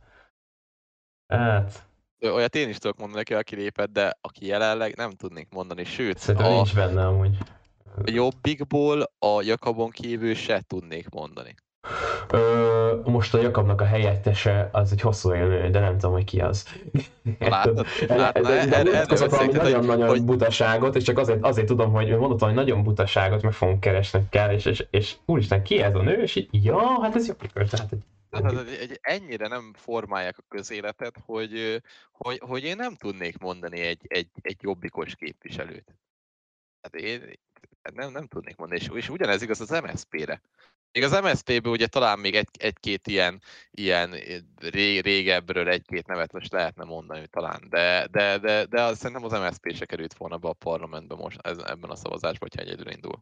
Hát... Olyat én is tudok mondani, aki kilépett, de aki jelenleg nem tudnék mondani, sőt, szerintem a, nincs benne amúgy. a Jobbikból a Jakabon kívül se tudnék mondani. Ö, most a Jakabnak a helyettese az egy hosszú élő, de nem tudom, hogy ki az. Látod? de, Hát na, de, de er, erről mutatkozott valami beszélek, tehát, hogy, nagyon-nagyon hogy butaságot, és csak azért, azért tudom, hogy mondott valami nagyon butaságot, meg fogunk keresni kell, és, és, és úristen, ki ez a nő? És így, ja, hát ez Jobbikos, tehát egy, hát, egy, egy, ennyire nem formálják a közéletet, hogy, hogy, hogy én nem tudnék mondani egy, egy, egy jobbikos képviselőt. Hát én nem, nem tudnék mondani, és, és ugyanez igaz az em es zé pé-re. Még az em es zé pé-ből ugye talán még egy, egy-két ilyen, ilyen ré, régebbről egy-két nevet most lehetne mondani talán, de, de, de, de az, szerintem az em es zé pé se került volna be a parlamentbe most ez, ebben a szavazásban, hogyha egyedül indul.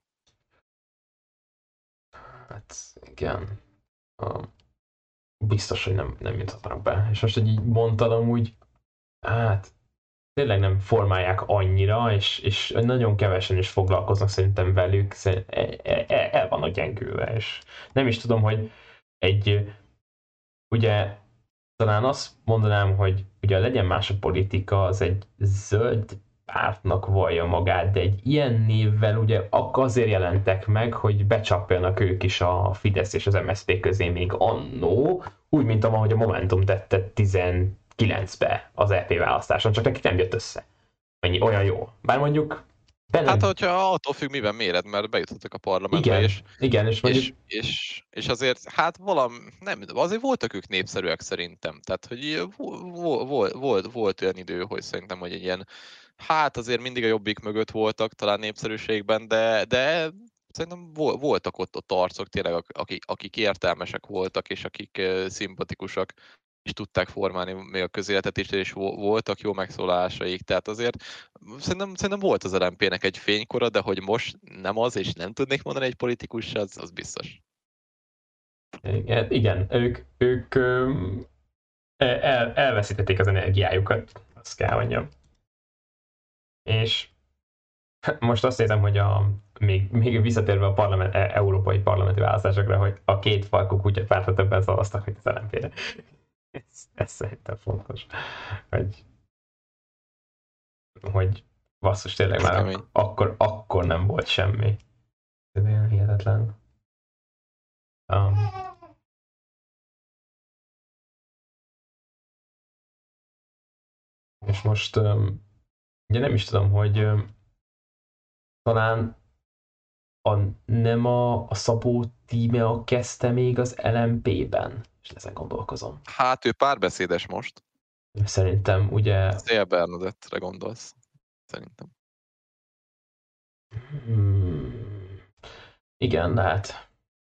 hát igen. Um, biztos, hogy nem, nem juthatnak be. És most, hogy így mondtad, amúgy, hát tényleg nem formálják annyira, és, és nagyon kevesen is foglalkoznak szerintem velük, el, el, el vannak gyengülve, és nem is tudom, hogy egy, ugye talán azt mondanám, hogy ugye legyen más a politika, az egy zöld pártnak vallja magát, de egy ilyen névvel ugye azért jelentek meg, hogy becsapjanak ők is a Fidesz és az em es zé pé közé még annó, úgy, mint ahogy a Momentum tette tizenkilencbe az é pé választáson, csak nekik nem jött össze. Mennyi, olyan jó. Bár mondjuk benne... Hát, hogyha attól függ, miben méred, mert bejutottak a parlamentbe, igen, és, igen, és, mondjuk... és, és, és azért, hát valam, nem, azért voltak ők népszerűek szerintem. Tehát, hogy volt, volt, volt, volt olyan idő, hogy szerintem, hogy egy ilyen, hát azért mindig a Jobbik mögött voltak talán népszerűségben, de, de szerintem voltak ott, ott arcok tényleg, akik, akik értelmesek voltak, és akik szimpatikusak, és tudták formálni még a közéletet is, és voltak jó megszólásaik. Tehát azért szerintem, szerintem volt az el em pé-nek egy fénykora, de hogy most nem az, és nem tudnék mondani egy politikus, az, az biztos. Igen, igen, ők, ők el, elveszítették az energiájukat, azt kell mondjam. És most azt érzem, hogy a, még, még visszatérve a parlament, e, európai parlamenti választásokra, hogy a két farkú kutyapártra többen szavaztak, mint az el em pé-re. Ez, ez szerintem fontos. Hogy, hogy basszus, tényleg már ak- akkor, akkor nem volt semmi. Ez ilyen hihetetlen. Um, és most um, ugye nem is tudom, hogy um, talán a, nem a, a Szabó Tímea kezdte még az el em pé-ben, és ezen gondolkozom. Hát ő párbeszédes most. Szerintem ugye... Szél Bernadettre gondolsz, szerintem. Hmm. Igen, lehet.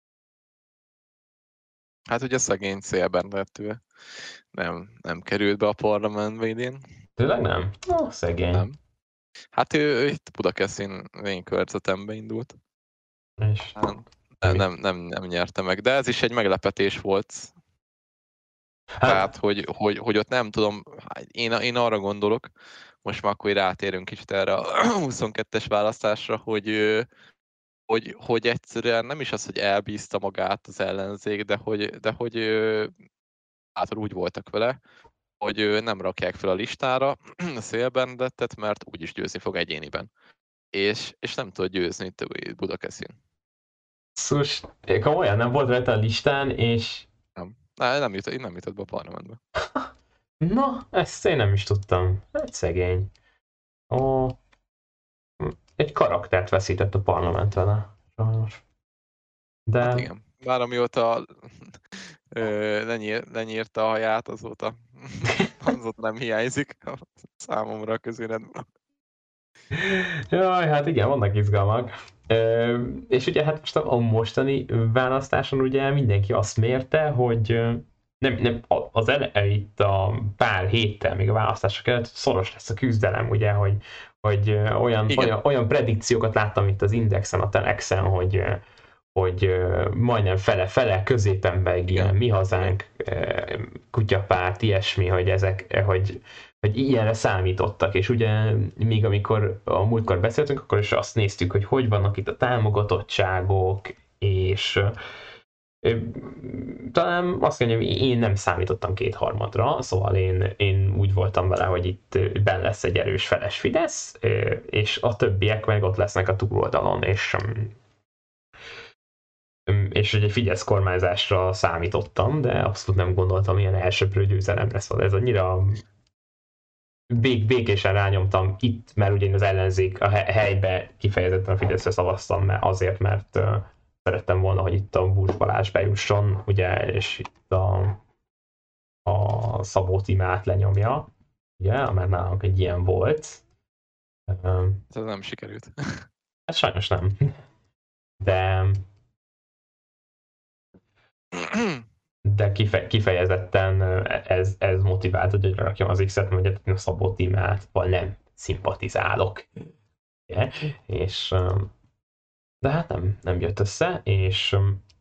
Hát ugye szegény Szél Bernadett nem, nem került be a parlamentbe idén. Tényleg nem? Ó, szegény. Nem. Hát ő, ő itt Budakeszin én körzetembe indult. És nem, nem, nem, nem nyerte meg, de ez is egy meglepetés volt. Hát, tehát, hogy, hogy, hogy ott nem tudom, én, én arra gondolok, most már akkor rátérünk kicsit erre a huszonkettes választásra, hogy, hogy, hogy egyszerűen nem is az, hogy elbízta magát az ellenzék, de hogy, de hogy hát úgy voltak vele, hogy nem rakják fel a listára a Szél Bernadettet, mert úgyis győzni fog egyéniben. És, és nem tud győzni itt Budakeszin. Szus, komolyan nem volt rajta a listán, és... Nem. Nem, nem jutott, nem jutott be a parlamentbe. Na, ezt én nem is tudtam. Hát szegény. Ó, egy karaktert veszített a parlament vele. Sajnos. De... Hát igen. Bár amióta lenyír, lenyírta a haját, azóta, azóta nem hiányzik a számomra a közéletben. Jaj, hát igen, vannak izgalmak. Ö, és ugye hát most a mostani választáson ugye mindenki azt mérte, hogy nem, nem, az ele, itt a pár héttel még a választások előtt szoros lesz a küzdelem, ugye, hogy, hogy olyan, olyan, olyan predikciókat láttam itt az Indexen, a Telexen, hogy, hogy majdnem fele-fele, középen meg ilyen Mi Hazánk, kutyapárt, ilyesmi, hogy ezek, hogy hogy ilyenre számítottak, és ugye még amikor a múltkor beszéltünk, akkor is azt néztük, hogy hogy vannak itt a támogatottságok, és talán azt mondjam, hogy én nem számítottam kétharmadra, szóval én, én úgy voltam vele, hogy itt benn lesz egy erős feles Fidesz, és a többiek meg ott lesznek a túloldalon, és és hogy egy Fidesz kormányzásra számítottam, de abszolút nem gondoltam, ilyen elsöprő győzelem lesz. Ez annyira bék, békésen rányomtam itt, mert ugye én az ellenzék a helybe kifejezetten a Fideszre szavaztam, mert azért, mert uh, szerettem volna, hogy itt a Búcs Balázs bejusson, ugye, és itt a, a Szabó Tímát lenyomja, ugye, mert nálunk egy ilyen volt. Um, Ez nem sikerült. Ez sajnos nem. De de kife, kifejezetten ez, ez motivált, hogy rakjam az X-et, mert a Szabó Tímátval nem szimpatizálok. Yeah. És de hát nem, nem jött össze, és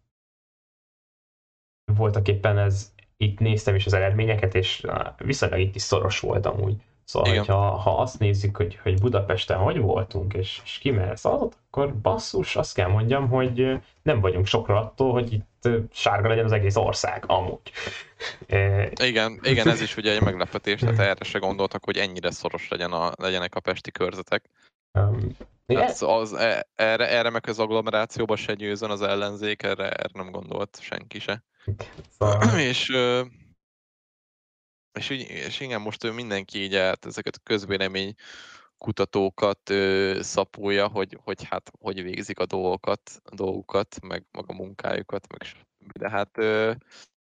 voltak éppen ez, itt néztem is az eredményeket, és viszonylag itt is szoros volt amúgy. Szóval, hogyha, ha azt nézzük, hogy, hogy Budapesten hogy voltunk, és, és ki merre szavazott, akkor basszus, azt kell mondjam, hogy nem vagyunk sokra attól, hogy itt sárga legyen az egész ország, amúgy. Igen, igen, ez is ugye egy meglepetés, tehát erre se gondoltak, hogy ennyire szoros legyen a, legyenek a pesti körzetek. Um, az, az, erre, erre meg az agglomerációban se győzön az ellenzék, erre, erre nem gondolt senki se. Szóval... és, és, és igen, most mindenki így át ezeket a közvélemény kutatókat ö, szapulja, hogy, hogy hát hogy végzik a dolgokat, a dolgokat, meg maga munkájukat, meg de hát ö,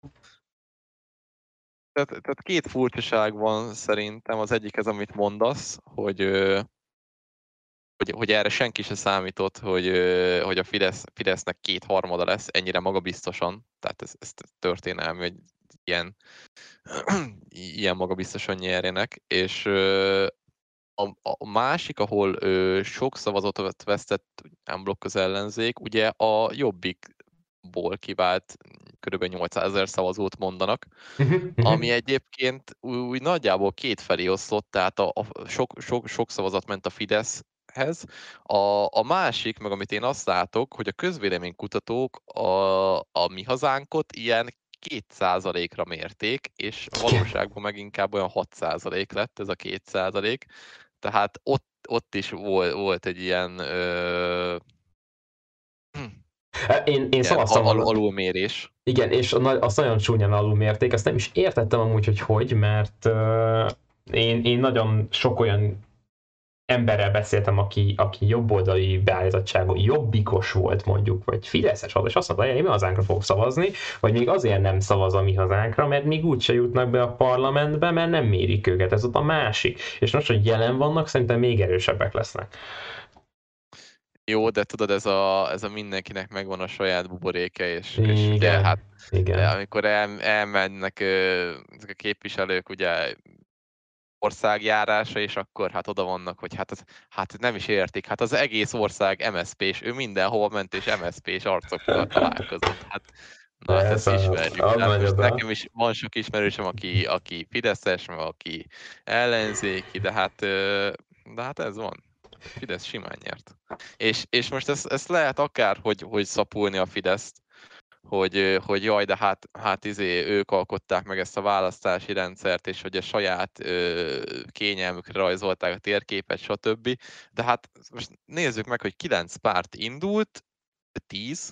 tehát, tehát két furcsaság van szerintem, az egyik ez, amit mondasz, hogy ö, Hogy, hogy erre senki se számított, hogy, hogy a Fidesz, Fidesznek kétharmada lesz ennyire magabiztosan, tehát ez, ez történelmi, hogy ilyen, ilyen magabiztosan nyerjenek, és a, a másik, ahol sok szavazatot vesztett unblock az ellenzék, ugye a Jobbikból kivált kb. nyolcszázezer szavazót mondanak, ami egyébként úgy nagyjából kétfelé oszlott, tehát a, a sok, sok, sok szavazat ment a Fidesz, A, a másik, meg amit én azt látok, hogy a közvéleménykutatók a, a mi hazánkot ilyen két százalékra mérték, és valóságban meg inkább olyan hat százalék lett ez a két százalék. Tehát ott, ott is volt, volt egy ilyen, ö, én, én szavaztam al, alulmérés. Igen, és azt nagyon csúnyán alulmérték, azt nem is értettem amúgy, hogy hogy, mert uh, én, én nagyon sok olyan emberrel beszéltem, aki, aki jobboldali beállítottságú, jobbikos volt mondjuk, vagy fideszes volt, és azt mondta, hogy én mi hazánkra fogok szavazni, vagy még azért nem szavaz a mi hazánkra, mert még úgyse jutnak be a parlamentbe, mert nem mérik őket, ez ott a másik. És most, hogy jelen vannak, szerintem még erősebbek lesznek. Jó, de tudod, ez a, ez a mindenkinek megvan a saját buboréke, és, igen, és ugye, hát igen. amikor el, elmennek ezek a képviselők, ugye országjárása, és akkor hát oda vannak, hogy hát, az, hát nem is értik, hát az egész ország em es zé pés, ő mindenhol ment, és em es zé pés arcokkal találkozott. Hát, na, hát ezt ismerjük. Hát nekem is van sok ismerősöm, aki, aki fideszes, meg aki ellenzéki, de hát, de hát ez van. Fidesz simán nyert. És, és most ezt, ezt lehet akár, hogy, hogy szapulni a Fideszt, hogy, hogy jaj, de hát, hát izé, ők alkották meg ezt a választási rendszert, és hogy a saját ö, kényelmükre rajzolták a térképet, stb. De hát most nézzük meg, hogy kilenc párt indult, tíz,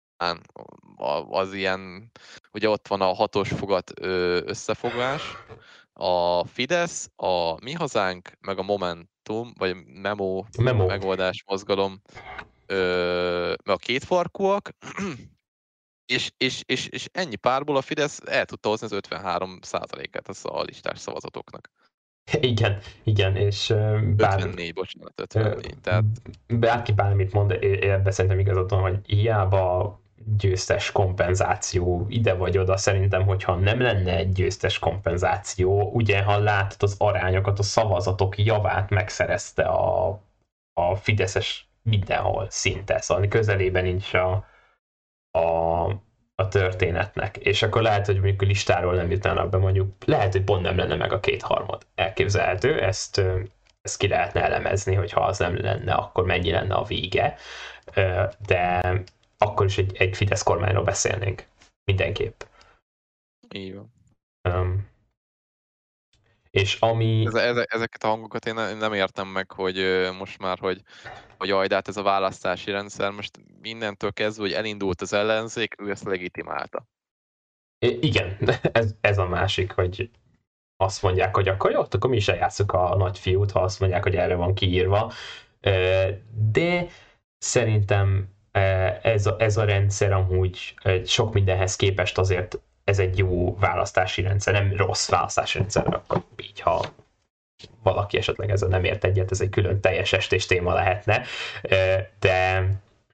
az ilyen, ugye ott van a hatos fogat ö, összefogás, a Fidesz, a Mi Hazánk, meg a Momentum, vagy Memo, Memo. megoldás mozgalom, ö, meg a kétfarkúak, és, és, és, és ennyi párból a Fidesz el tudta hozni az ötvenhárom százalékát a listás szavazatoknak. Igen, igen, és bár... ötvennégy, bocsánat, ötvennégy, tehát... Bárki bármit mond, ebben szerintem igazad van, hogy hiába győztes kompenzáció ide vagy oda, szerintem, hogyha nem lenne egy győztes kompenzáció, ugye, ha látod az arányokat, a szavazatok javát megszerezte a, a fideszes mindenhol szinte, szóval közelében nincs a, a, a történetnek. És akkor lehet, hogy mondjuk a listáról nem jutnának be, mondjuk lehet, hogy pont nem lenne meg a kétharmad. Elképzelhető, ezt, ezt ki lehetne elemezni, hogy ha az nem lenne, akkor mennyi lenne a vége. De akkor is egy, egy Fidesz kormányról beszélnénk. Mindenképp. Így van. Um, És ami... Ez, ez, ezeket a hangokat én nem értem meg, hogy most már, hogy, hogy jaj, de hát ez a választási rendszer, most mindentől kezdve, hogy elindult az ellenzék, ő ezt legitimálta. Igen, ez, ez a másik, hogy azt mondják, hogy akkor jó, akkor mi is eljátszuk a nagyfiút, ha azt mondják, hogy erre van kiírva. De szerintem ez a, ez a rendszer amúgy sok mindenhez képest azért ez egy jó választási rendszer, nem rossz választási rendszer, akkor így, ha valaki esetleg ezzel nem ért egyet, ez egy külön teljes estés téma lehetne, de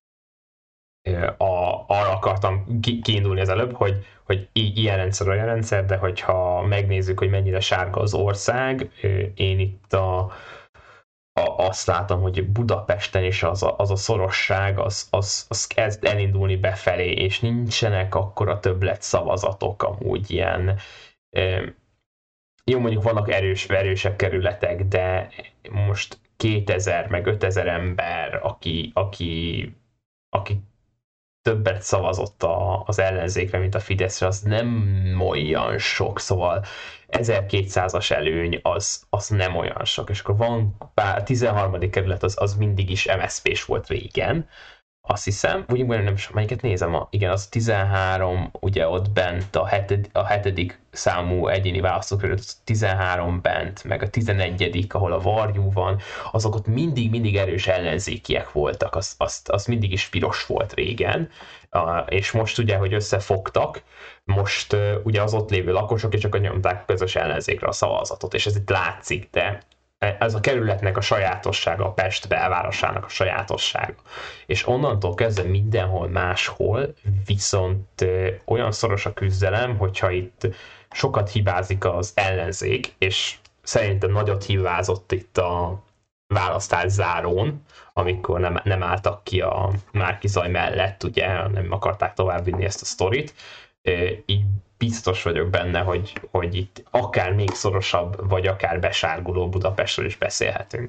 a, arra akartam ki, kiindulni az előbb, hogy, hogy ilyen rendszer olyan rendszer, de hogyha megnézzük, hogy mennyire sárga az ország, én itt a, a, azt látom, hogy Budapesten is az a, az a szorosság, az, az, az kezd elindulni befelé, és nincsenek akkora többlet szavazatok amúgy ilyen. Jó, mondjuk vannak erős, erősebb kerületek, de most kétezer meg ötezer ember, aki, aki, aki többet szavazott a, az ellenzékre, mint a Fideszre, az nem olyan sok, szóval ezerkétszázas előny az, az nem olyan sok, és akkor van pár, tizenharmadik kerület, az, az mindig is em es zé pés volt régen, azt hiszem, úgy nem is, melyiket nézem, a, igen, az tizenhárom, ugye ott bent a, heted, a hetedik számú egyéni választókerület, tizenhárom bent, meg a tizenegyedik, ahol a Varjú van, azok ott mindig-mindig erős ellenzékiek voltak, az, az, az mindig is piros volt régen, uh, és most ugye, hogy összefogtak, most uh, ugye az ott lévő lakosok, és csak nyomták közös ellenzékre a szavazatot, és ez itt látszik, de ez a kerületnek a sajátossága, a Pest belvárosának a sajátossága. És onnantól kezdve mindenhol máshol viszont olyan szoros a küzdelem, hogyha itt sokat hibázik az ellenzék, és szerintem nagyot hibázott itt a választás zárón, amikor nem, nem álltak ki a Márki-Zay mellett, ugye, nem akarták továbbvinni ezt a sztorit, így biztos vagyok benne, hogy, hogy itt akár még szorosabb, vagy akár besárguló Budapestről is beszélhetünk.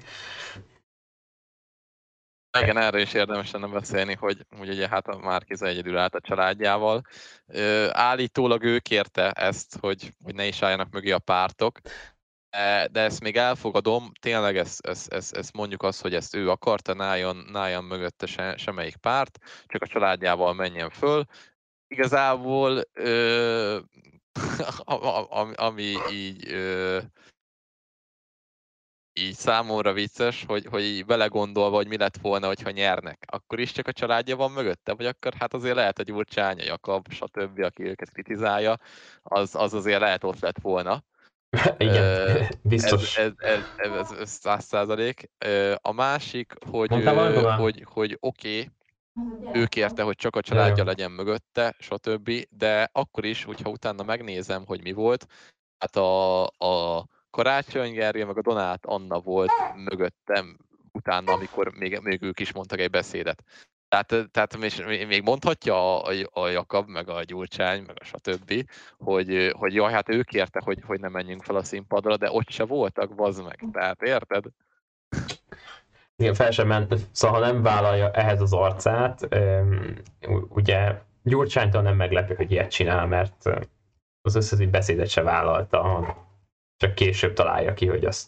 Igen, erre is érdemes lenne beszélni, hogy, hogy ugye hát a Márki-Zay egyedül állt a családjával. Ö, állítólag ő kérte ezt, hogy, hogy ne is álljanak mögé a pártok, de ezt még elfogadom, tényleg ezt, ezt, ezt, ezt mondjuk azt, hogy ezt ő akarta, ne álljon, ne álljon mögötte se, semmelyik párt, csak a családjával menjen föl. Igazából ö, ami így, ö, így számomra vicces, hogy, hogy így belegondolva, hogy mi lett volna, hogyha nyernek, akkor is csak a családja van mögötte, vagy akkor hát azért lehet a Gyurcsány, a Jakab, stb., aki őket kritizálja, az, az azért lehet ott lett volna. Igen, biztos. Ez, ez, ez, ez, ez száz százalék. A másik, hogy, hogy, hogy oké, okay, ő kérte, hogy csak a családja legyen mögötte, stb., de akkor is, hogyha utána megnézem, hogy mi volt, hát a, a Karácsony Gergely meg a Donát Anna volt mögöttem utána, amikor még, még ők is mondtak egy beszédet. Tehát, tehát még mondhatja a, a Jakab, meg a Gyurcsány, meg a stb., hogy, hogy jaj, hát ő kérte, hogy, hogy ne menjünk fel a színpadra, de ott se voltak, bazd meg. Tehát érted? Igen, fel sem ment, szóval ha nem vállalja ehhez az arcát, ugye Gyurcsánytól nem meglepő, hogy ilyet csinál, mert az összes beszédet se vállalta, csak később találja ki, hogy azt.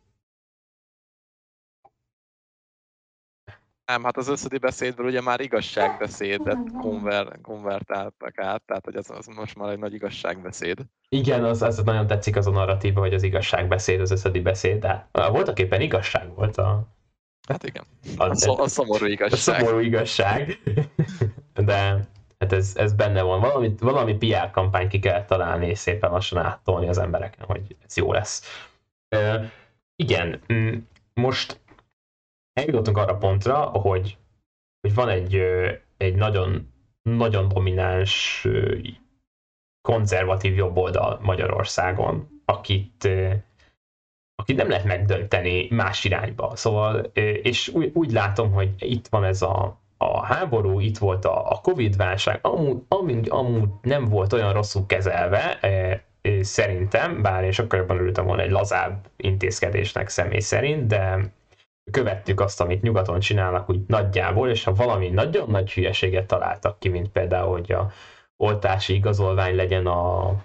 Nem, hát az összödi beszédből ugye már igazságbeszédet konver, konvertáltak át, tehát hogy az, az most már egy nagy igazságbeszéd. Igen, az, az nagyon tetszik az a narratíva, hogy az igazságbeszéd, az összödi beszéd, de voltak éppen igazság volt a... Hát igen, a, a, szó, a szomorú igazság. A szomorú igazság, de hát ez, ez benne van. Valami, valami pé er kampány ki kell találni, és szépen lassan áttolni az embereken, hogy ez jó lesz. Uh, igen, most eljutottunk arra pontra, hogy, hogy van egy, egy nagyon, nagyon domináns konzervatív jobboldal Magyarországon, akit, akit nem lehet megdönteni más irányba. Szóval, és úgy, úgy látom, hogy itt van ez a, a háború, itt volt a, a Covid-válság, amúgy, amúgy, amúgy nem volt olyan rosszul kezelve, szerintem, bár én sokkal jobban örültem volna egy lazább intézkedésnek személy szerint, de követtük azt, amit nyugaton csinálnak úgy nagyjából, és ha valami nagyon nagy hülyeséget találtak ki, mint például, hogy a oltási igazolvány legyen a,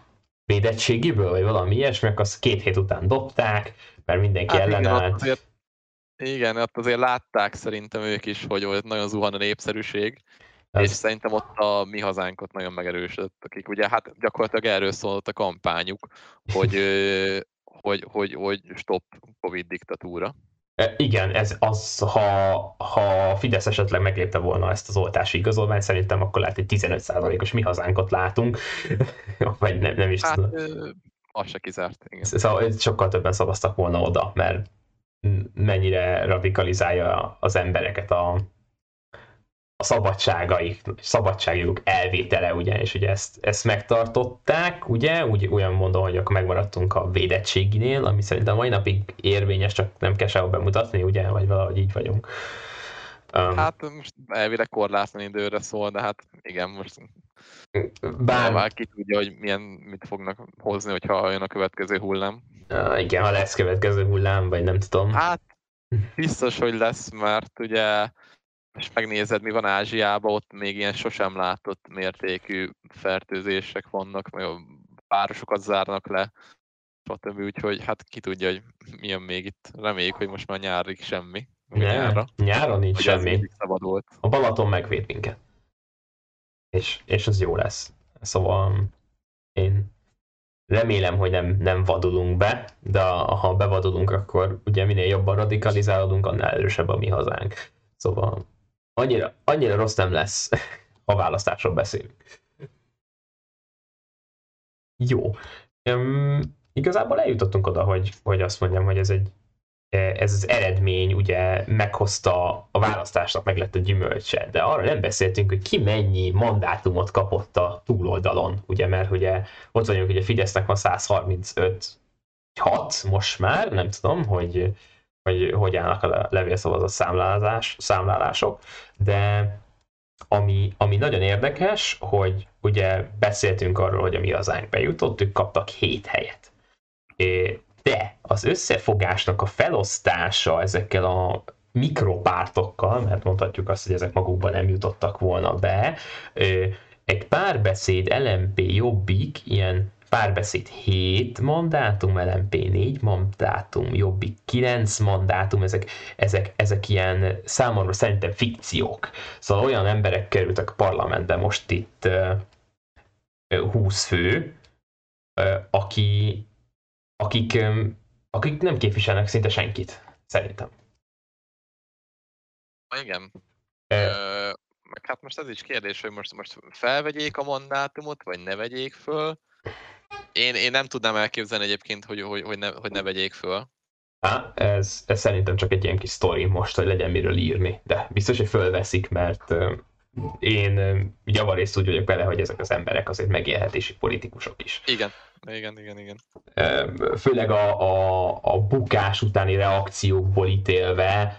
védettségiből, vagy valami ilyesmi, akkor azt két hét után dobták, mert mindenki Hát igen, ott ellenállt. azért, igen, ott azért látták szerintem ők is, hogy ott nagyon zuhan a népszerűség, Ez... és szerintem ott a Mi Hazánkot nagyon megerősödött, akik ugye hát gyakorlatilag erről szólt a kampányuk, hogy, hogy, hogy, hogy stop Covid diktatúra. Igen, ez az, ha, ha Fidesz esetleg meglépte volna ezt az oltási igazolványt, szerintem akkor lehet, hogy tizenöt százalékos Mi Hazánkot látunk, vagy nem, nem is hát, tudom. Az se kizárt, igen. Szóval sokkal többen szavaztak volna oda, mert mennyire radikalizálja az embereket a, a szabadságaik, szabadságjoguk elvétele, ugye, és ugye ezt, ezt megtartották, ugye, úgy, olyan mondom, hogy akkor megmaradtunk a védettséginél, ami szerintem mai napig érvényes, csak nem kell sehol bemutatni, ugye, vagy valahogy így vagyunk. Um, hát most elvileg korlátlan időre szól, de hát igen, most bár... már ki tudja, hogy milyen, mit fognak hozni, hogyha jön a következő hullám. Uh, igen, ha lesz következő hullám, vagy nem tudom. Hát biztos, hogy lesz, mert ugye és megnézed, mi van Ázsiában, ott még ilyen sosem látott mértékű fertőzések vannak, vagy a városokat zárnak le, stb. Úgyhogy hát ki tudja, hogy milyen még itt. Reméljük, hogy most már nyárig semmi. Ne, nyárra. Nyáron nincs hogy semmi. Szabadult. A Balaton megvéd minket. És, és az jó lesz. Szóval én remélem, hogy nem, nem vadulunk be, de ha bevadulunk, akkor ugye minél jobban radikalizálódunk, annál erősebb a Mi Hazánk. Szóval annyira, annyira rossz nem lesz, ha választásról beszélünk. Jó. Um, igazából eljutottunk oda, hogy, hogy azt mondjam, hogy ez egy ez az eredmény ugye meghozta a választásnak, meg lett a gyümölcse, de arra nem beszéltünk, hogy ki mennyi mandátumot kapott a túloldalon, ugye, mert ugye ott vagyunk, hogy a Fidesznek van száz harmincöt hat most már, nem tudom, hogy hogy, hogy állnak a levélszavazat számlálás, számlálások, de ami, ami nagyon érdekes, hogy ugye beszéltünk arról, hogy a Mi Hazánk bejutott, ők kaptak hét helyet. É, de az összefogásnak a felosztása ezekkel a mikropártokkal, mert mondhatjuk azt, hogy ezek magukban nem jutottak volna be, egy Párbeszéd, el em pé, Jobbik, ilyen Párbeszéd hét mandátum, el em pé négy mandátum, Jobbik kilenc mandátum, ezek, ezek, ezek ilyen számomra szerintem fikciók. Szóval olyan emberek kerültek a parlamentbe most itt húsz fő, aki Akik, akik nem képviselnek szinte senkit, szerintem. Igen. E... Ö, meg hát most ez is kérdés, hogy most, most felvegyék a mandátumot, vagy ne vegyék föl. Én, én nem tudnám elképzelni egyébként, hogy, hogy, hogy, ne, hogy ne vegyék föl. Há, ez, ez szerintem csak egy ilyen kis sztori most, hogy legyen miről írni. De biztos, hogy fölveszik, mert én javarészt úgy vagyok bele, hogy ezek az emberek azért megélhetési politikusok is. Igen. Igen, igen, igen. Főleg a, a, a bukás utáni reakciókból ítélve,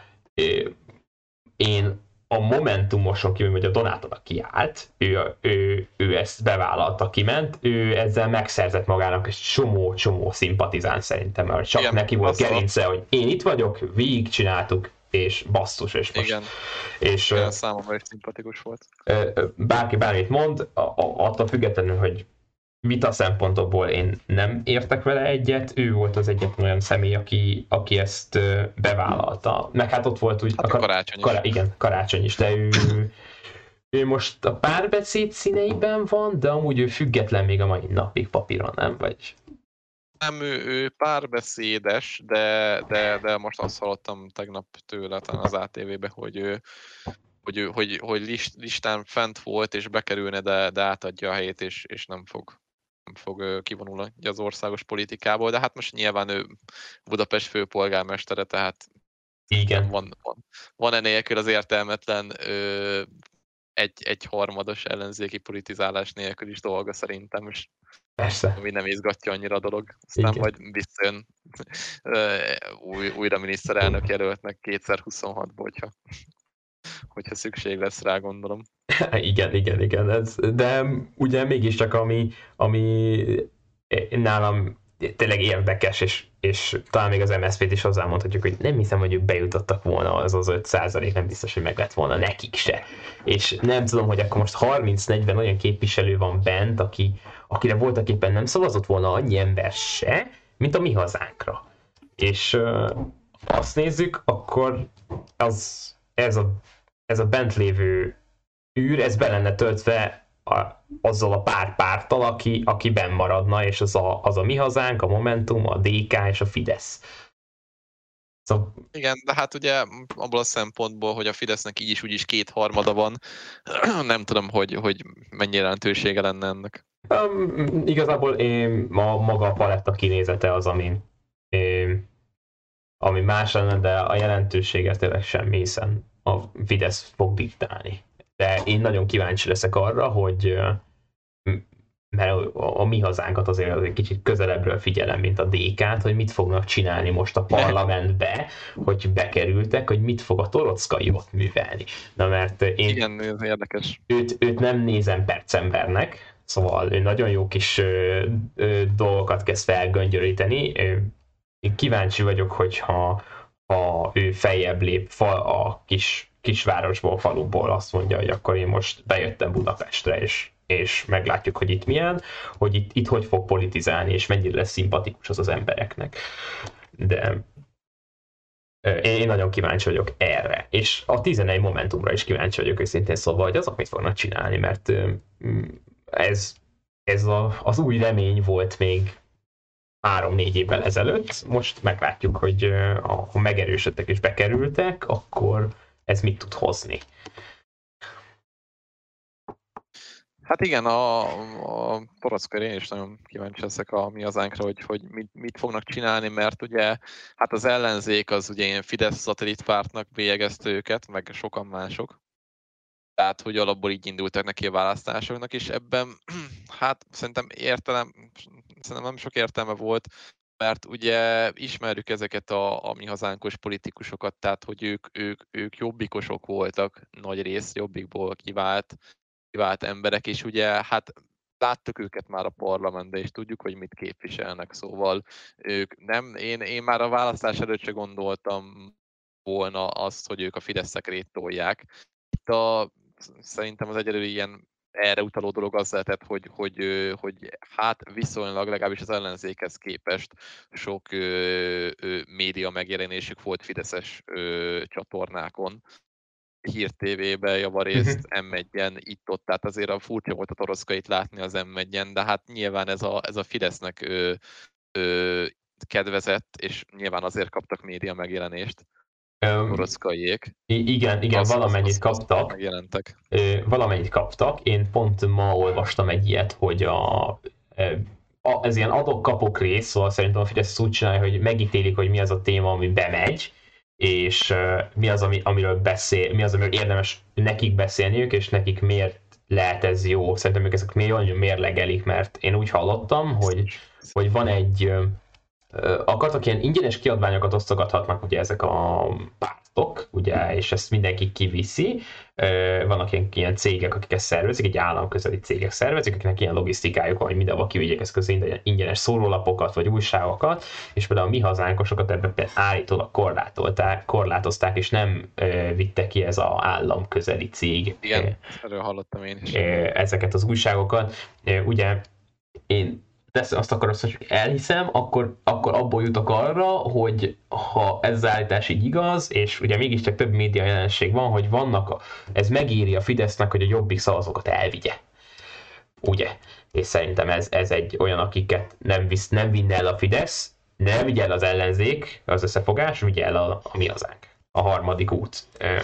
én a Momentumoson kívül, hogy a Donátónak kiállt, ő, ő, ő ezt bevállalta, kiment, ő ezzel megszerzett magának egy csomó-csomó szimpatizán szerintem, mert csak igen, neki volt gerince, hogy én itt vagyok, végig csináltuk, és basszus, és most... Igen, és, igen számomra is szimpatikus volt. Bárki bármit mond, attól függetlenül, hogy vita szempontokból én nem értek vele egyet, ő volt az egyetlen olyan személy, aki, aki ezt bevállalta. Meg hát ott volt úgy... Hát a Karácsony kará, is. Igen, Karácsony is, de ő, ő most a Párbeszéd színeiben van, de amúgy ő független még a mai napig papíron, nem? Vagy... Nem, ő, ő párbeszédes, de, de, de most azt hallottam tegnap tőle talán az á té vé-be, hogy ő hogy, hogy, hogy list, listán fent volt, és bekerülne, de, de átadja a helyét, és, és nem fog nem fog kivonulni az országos politikából, de hát most nyilván ő Budapest főpolgármestere, tehát igen. Van, van, van enélkül az értelmetlen ö, egy, egy harmados ellenzéki politizálás nélkül is dolga szerintem, és persze. Ami nem izgatja annyira a dolog. Aztán igen. Majd visszajön új, újra miniszterelnök jelöltnek kétezer-huszonhatban, hogyha, hogyha szükség lesz rá, gondolom. Igen, igen, igen. Ez, de ugye mégiscsak ami, ami nálam tényleg érdekes, és, és talán még az em es zé pét is hozzámondhatjuk, hogy nem hiszem, hogy ők bejutottak volna, az az öt százalék, nem biztos, hogy meg lett volna nekik se. És nem tudom, hogy akkor most harminc-negyven olyan képviselő van bent, aki, akire voltak éppen nem szavazott volna annyi ember se, mint a Mi Hazánkra. És uh, azt nézzük, akkor az, ez, a, ez a bent lévő űr, ez be lenne töltve a, azzal a pár párttal, aki, aki benn maradna, és az a, az a Mi Hazánk, a Momentum, a dé ká és a Fidesz. Szóval... Igen, de hát ugye abból a szempontból, hogy a Fidesznek így is úgy is kétharmada van, nem tudom, hogy, hogy mennyi jelentősége lenne ennek. Um, igazából én, a maga a paletta kinézete az, ami, én, ami más lenne, de a jelentősége tényleg semmi, hiszen a Fidesz fog diktálni. De én nagyon kíváncsi leszek arra, hogy mert a Mi Hazánkat azért egy kicsit közelebbről figyelem, mint a dé ká-t, hogy mit fognak csinálni most a parlamentbe, hogy bekerültek, hogy mit fog a Torockai ott művelni. Na mert én igen, ez érdekes. Őt, őt nem nézem percembernek, szóval ő nagyon jó kis ö, ö, dolgokat kezd felgöngyölíteni. Én kíváncsi vagyok, hogyha ha ő feljebb lép fa, a kis, kisvárosból, faluból, azt mondja, hogy akkor én most bejöttem Budapestre, és, és meglátjuk, hogy itt milyen, hogy itt, itt hogy fog politizálni, és mennyire lesz szimpatikus az az embereknek. De én nagyon kíváncsi vagyok erre. És a tizenegy Momentumra is kíváncsi vagyok őszintén szólva, hogy azok mit fognak csinálni, mert ez, ez a, az új remény volt még három-négy évvel ezelőtt. Most meglátjuk, hogy ha megerősödtek és bekerültek, akkor ez mit tud hozni. Hát igen, a, a Torockor én is nagyon kíváncsi leszek a Mi Hazánkra, hogy, hogy mit, mit fognak csinálni, mert ugye hát az ellenzék az ugye ilyen Fidesz szatellitpártnak bélyegezte őket, meg sokan mások. Tehát, hogy alapból így indultak neki a választásoknak, és ebben hát szerintem értelem, szerintem nem sok értelme volt, mert ugye ismerjük ezeket a, a Mi Hazánkos politikusokat, tehát hogy ők, ők, ők jobbikosok voltak, nagy rész jobbikból kivált, kivált emberek, és ugye hát láttuk őket már a parlamentben, és tudjuk, hogy mit képviselnek, szóval ők nem, én, én már a választás előtt se gondoltam volna azt, hogy ők a Fidesz-szekrét tolják. Itt a, szerintem az egyedül ilyen erre utaló dolog az lehetett, hogy, hogy, hogy hát viszonylag, legalábbis az ellenzékhez képest sok ö, ö, média megjelenésük volt fideszes ö, csatornákon, Hír té vé-be, javarészt em egyen, itt-ott, tehát azért a furcsa volt a Torockait látni az em egyen, de hát nyilván ez a, ez a Fidesznek ö, ö, kedvezett, és nyilván azért kaptak média megjelenést. Um, Torockaiék. Igen, igen, az, valamennyit az, az, kaptak. Megjelentek. Valamennyit kaptak. Én pont ma olvastam egy ilyet, hogy a, a, ez ilyen adok-kapok rész, szóval szerintem a Fidesz úgy csinálja, hogy megítélik, hogy mi az a téma, ami bemegy, és uh, mi az, ami, amiről beszél, mi az, amiről érdemes nekik beszélniük, és nekik miért lehet ez jó. Szerintem ők ezek még jól mérlegelik, mert én úgy hallottam, hogy, hogy van egy uh, akartak ilyen ingyenes kiadványokat osztogathatnak ugye ezek a pártok, ugye, és ezt mindenki kiviszi. Vannak ilyen, ilyen cégek, akik ezt szervezik, egy államközeli cégek szervezik, akiknek ilyen logisztikájuk van, hogy mindenhol kivigyék ezt közé ingyenes szórólapokat vagy újságokat, és például a Mi Hazánkosokat ebben állítólag korlátolták, korlátozták, és nem vitte ki ez az államközeli cég. Igen, erről hallottam én is. Ezeket az újságokat. Ugye én tesz, azt akarod, hogy elhiszem, akkor, akkor abból jutok arra, hogy ha ez az állítás így igaz, és ugye mégiscsak több média jelenség van, hogy vannak, a, ez megéri a Fidesznek, hogy a Jobbik szavazókat elvigye. Ugye? És szerintem ez, ez egy olyan, akiket nem, visz, nem vinne el a Fidesz, nem vigye el az ellenzék, az összefogás, vigye el a, a Mi Hazánk, a harmadik út.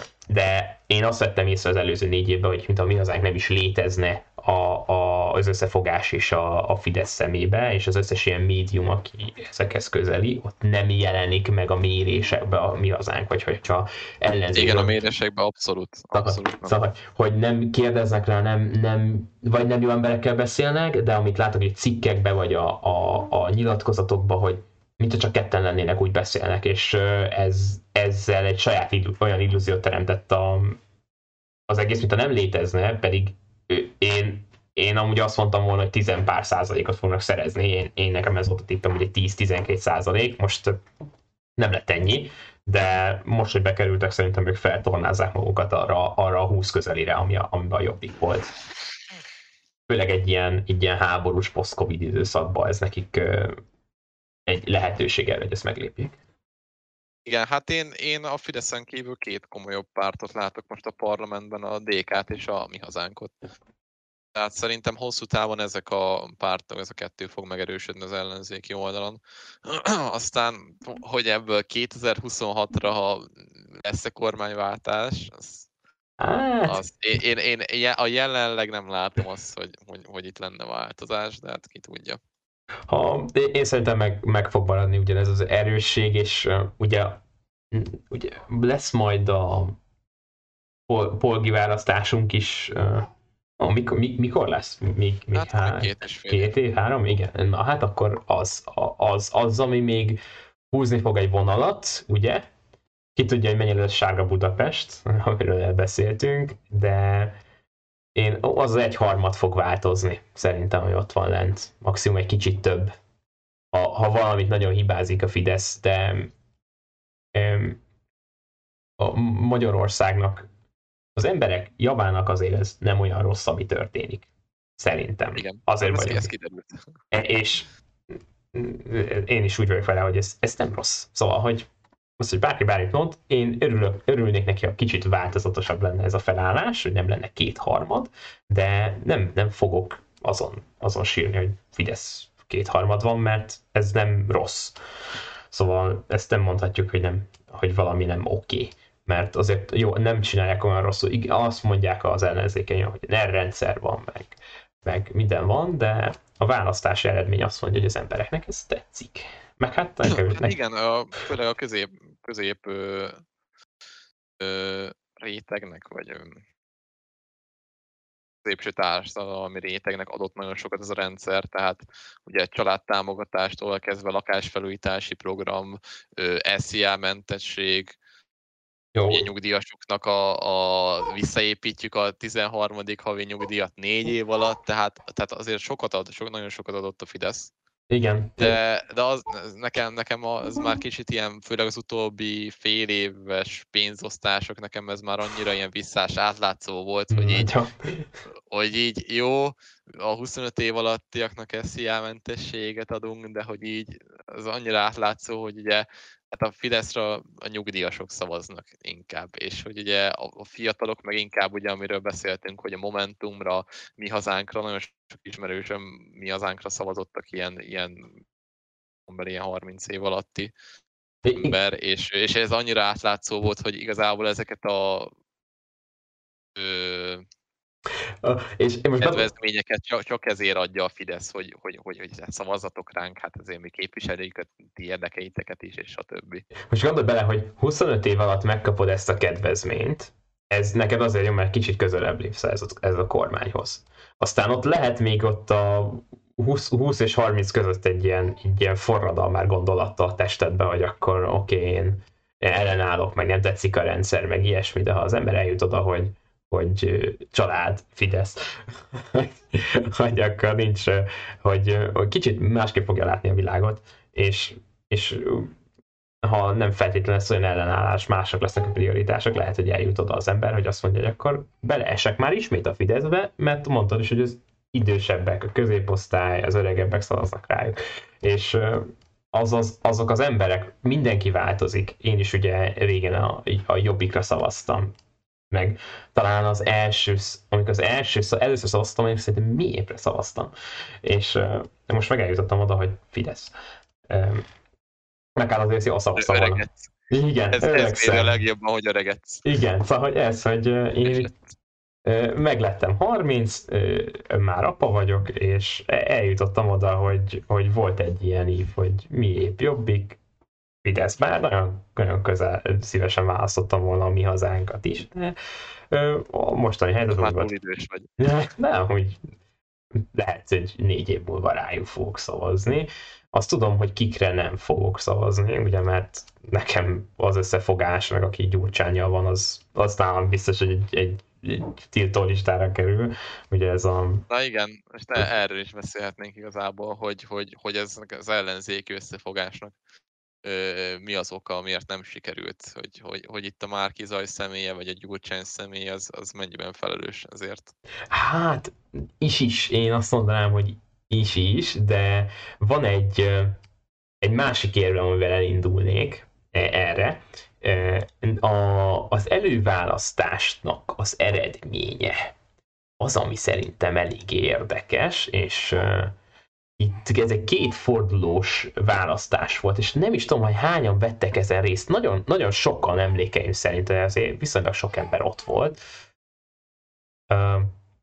De én azt vettem észre az előző négy évben, hogy mint a Mi Hazánk nem is létezne a, a, az összefogás is a, a Fidesz szemébe, és az összes ilyen médium, aki ezekhez közeli, ott nem jelenik meg a mérésekbe a Mi Hazánk, vagy hogyha ellenzék. Igen, a mérésekben abszolút. abszolút szóval, szóval, hogy nem kérdeznek rá, nem, nem, vagy nem jó emberekkel beszélnek, de amit látok, hogy cikkekbe, vagy a, a, a nyilatkozatokban, hogy mintha csak ketten lennének, úgy beszélnek, és ez, ezzel egy saját illu, olyan illúziót teremtett a, az egész, mintha nem létezne, pedig én, én amúgy azt mondtam volna, hogy tizen pár százalékot fognak szerezni, én, én nekem ez volt a tippem, hogy egy tíz-tizenkét százalék, most nem lett ennyi, de most, hogy bekerültek, szerintem ők feltornázzák magukat arra, arra a húsz közelire, ami a, amiben a Jobbik volt. főleg egy ilyen, egy ilyen háborús post-covid időszakban ez nekik egy lehetőség erre, hogy ezt meglépjék. Igen, hát én, én a Fideszen kívül két komolyabb pártot látok most a parlamentben, a dé ká-t és a Mi Hazánkot. Tehát szerintem hosszú távon ezek a pártok, ez a kettő fog megerősödni az ellenzéki oldalon. Aztán, hogy ebből kétezer-huszonhatra, ha lesz-e kormányváltás, az, Hát, az én, én, én a jelenleg nem látom azt, hogy, hogy, hogy itt lenne változás, de hát ki tudja. ha, én szerintem meg, meg fog maradni ugyanez az erősség, és uh, ugye, ugye lesz majd a pol, polgi választásunk is. Uh, oh, mikor, mikor lesz? Még, még Hát há, két és fél két év, három? Igen. Na hát akkor az, az, az, ami még húzni fog egy vonalat, ugye? Ki tudja, hogy mennyire lesz sárga Budapest, amiről beszéltünk, de én az az egyharmad fog változni, szerintem, hogy ott van lent. Maximum egy kicsit több, ha, ha valamit nagyon hibázik a Fidesz, de um, a Magyarországnak, az emberek javának azért ez nem olyan rossz, ami történik. Szerintem. Igen, azért ez, vagyok. ez kiderült. És én is úgy vagyok vele, hogy ez, ez nem rossz. Szóval, hogy az, hogy bárki bármit mond, én örülök, örülnék neki, ha kicsit változatosabb lenne ez a felállás, hogy nem lenne kétharmad, de nem, nem fogok azon, azon sírni, hogy Fidesz kétharmad van, mert ez nem rossz. Szóval ezt nem mondhatjuk, hogy, nem, hogy valami nem oké. Okay. Mert azért jó, nem csinálják olyan rosszul. Igen, azt mondják az ellenzéken, hogy ne rendszer van, meg, meg minden van, de a választási eredmény azt mondja, hogy az embereknek ez tetszik. Meg hát nekem, hát igen, a, főleg a közép, közép ö, ö, rétegnek, vagy ö, középső társadalmi rétegnek adott nagyon sokat ez a rendszer, tehát ugye családtámogatástól kezdve lakásfelújítási program, es zé á-mentesség, jó. ugye nyugdíjasoknak a, a visszaépítjük a tizenharmadik havi nyugdíjat négy év alatt, tehát, tehát azért sokat ad, sok, nagyon sokat adott a Fidesz. Igen. De, de az, nekem, nekem az már kicsit ilyen, főleg az utóbbi fél éves pénzosztások, nekem ez már annyira ilyen visszás átlátszó volt, hogy így, hogy így jó, a huszonöt év alattiaknak es zé á-mentességet adunk, de hogy így az annyira átlátszó, hogy ugye hát a Fideszre a nyugdíjasok szavaznak inkább, és hogy ugye a fiatalok meg inkább ugye, amiről beszéltünk, hogy a Momentumra, Mi Hazánkra, nagyon sok ismerősöm Mi Hazánkra szavazottak ilyen, ilyen, ilyen harminc év alatti ember, és, és ez annyira átlátszó volt, hogy igazából ezeket a ö, és én most kedvezményeket csak, csak ezért adja a Fidesz, hogy, hogy, hogy, hogy szavazzatok ránk, hát azért mi képviseljük a ti érdekeiteket is, és a többi. Most gondolj bele, hogy huszonöt év alatt megkapod ezt a kedvezményt, ez neked azért jó, mert kicsit közelebb lépsz ez a, ez a kormányhoz. Aztán ott lehet még ott a húsz, húsz és harminc között egy ilyen, egy ilyen forradalmár gondolattal a testedbe, hogy akkor oké, okay, én ellenállok, meg nem tetszik a rendszer, meg ilyesmi, de ha az ember eljut oda, hogy hogy család, Fidesz, hogy akkor nincs, hogy, hogy kicsit másképp fogja látni a világot, és, és ha nem feltétlenül lesz olyan ellenállás, mások lesznek a prioritások, lehet, hogy eljut oda az ember, hogy azt mondja, hogy akkor beleesek már ismét a Fideszbe, mert mondtad is, hogy az idősebbek, a középosztály, az öregebbek szavaznak rájuk. És azaz, azok az emberek, mindenki változik. Én is ugye régen a, a Jobbikra szavaztam, meg talán az első, amikor az első, először szavaztam, én szerintem miépre szavaztam. És uh, most meg eljutottam oda, hogy Fidesz. Uh, meg kell azért jól szavaztam volna. Igen, ez, ez a legjobban, hogy öregetsz. Igen, szóval hogy ez, hogy uh, én uh, meglettem harminc, uh, már apa vagyok, és eljutottam oda, hogy, hogy volt egy ilyen ív, hogy miép Jobbik, Fidesz, bár nagyon, nagyon közel szívesen választottam volna a Mi Hazánkat is, de a mostani helyzet már túl idős vagy. Nem, hogy lehet, hogy négy év múlva rájuk fogok szavazni. Azt tudom, hogy kikre nem fogok szavazni, ugye, mert nekem az összefogás, meg aki Gyurcsánnyal van, az, az nálam biztos, hogy egy, egy, egy tiltó listára kerül. Ugye ez a... Na igen, most erről is beszélhetnénk igazából, hogy, hogy, hogy ez az ellenzéki összefogásnak mi az oka, miért nem sikerült, hogy, hogy, hogy itt a Márki-Zay személye, vagy a Gyurcsány személye, az, az mennyiben felelős ezért? Hát, is is, én azt mondanám, hogy is is, de van egy, egy másik érve, amivel elindulnék erre. A, az előválasztásnak az eredménye az, ami szerintem elég érdekes, és itt ez egy kétfordulós választás volt, és nem is tudom, hogy hányan vettek ezen részt. Nagyon, nagyon sokan, emlékeim szerint, azért viszonylag sok ember ott volt. Uh,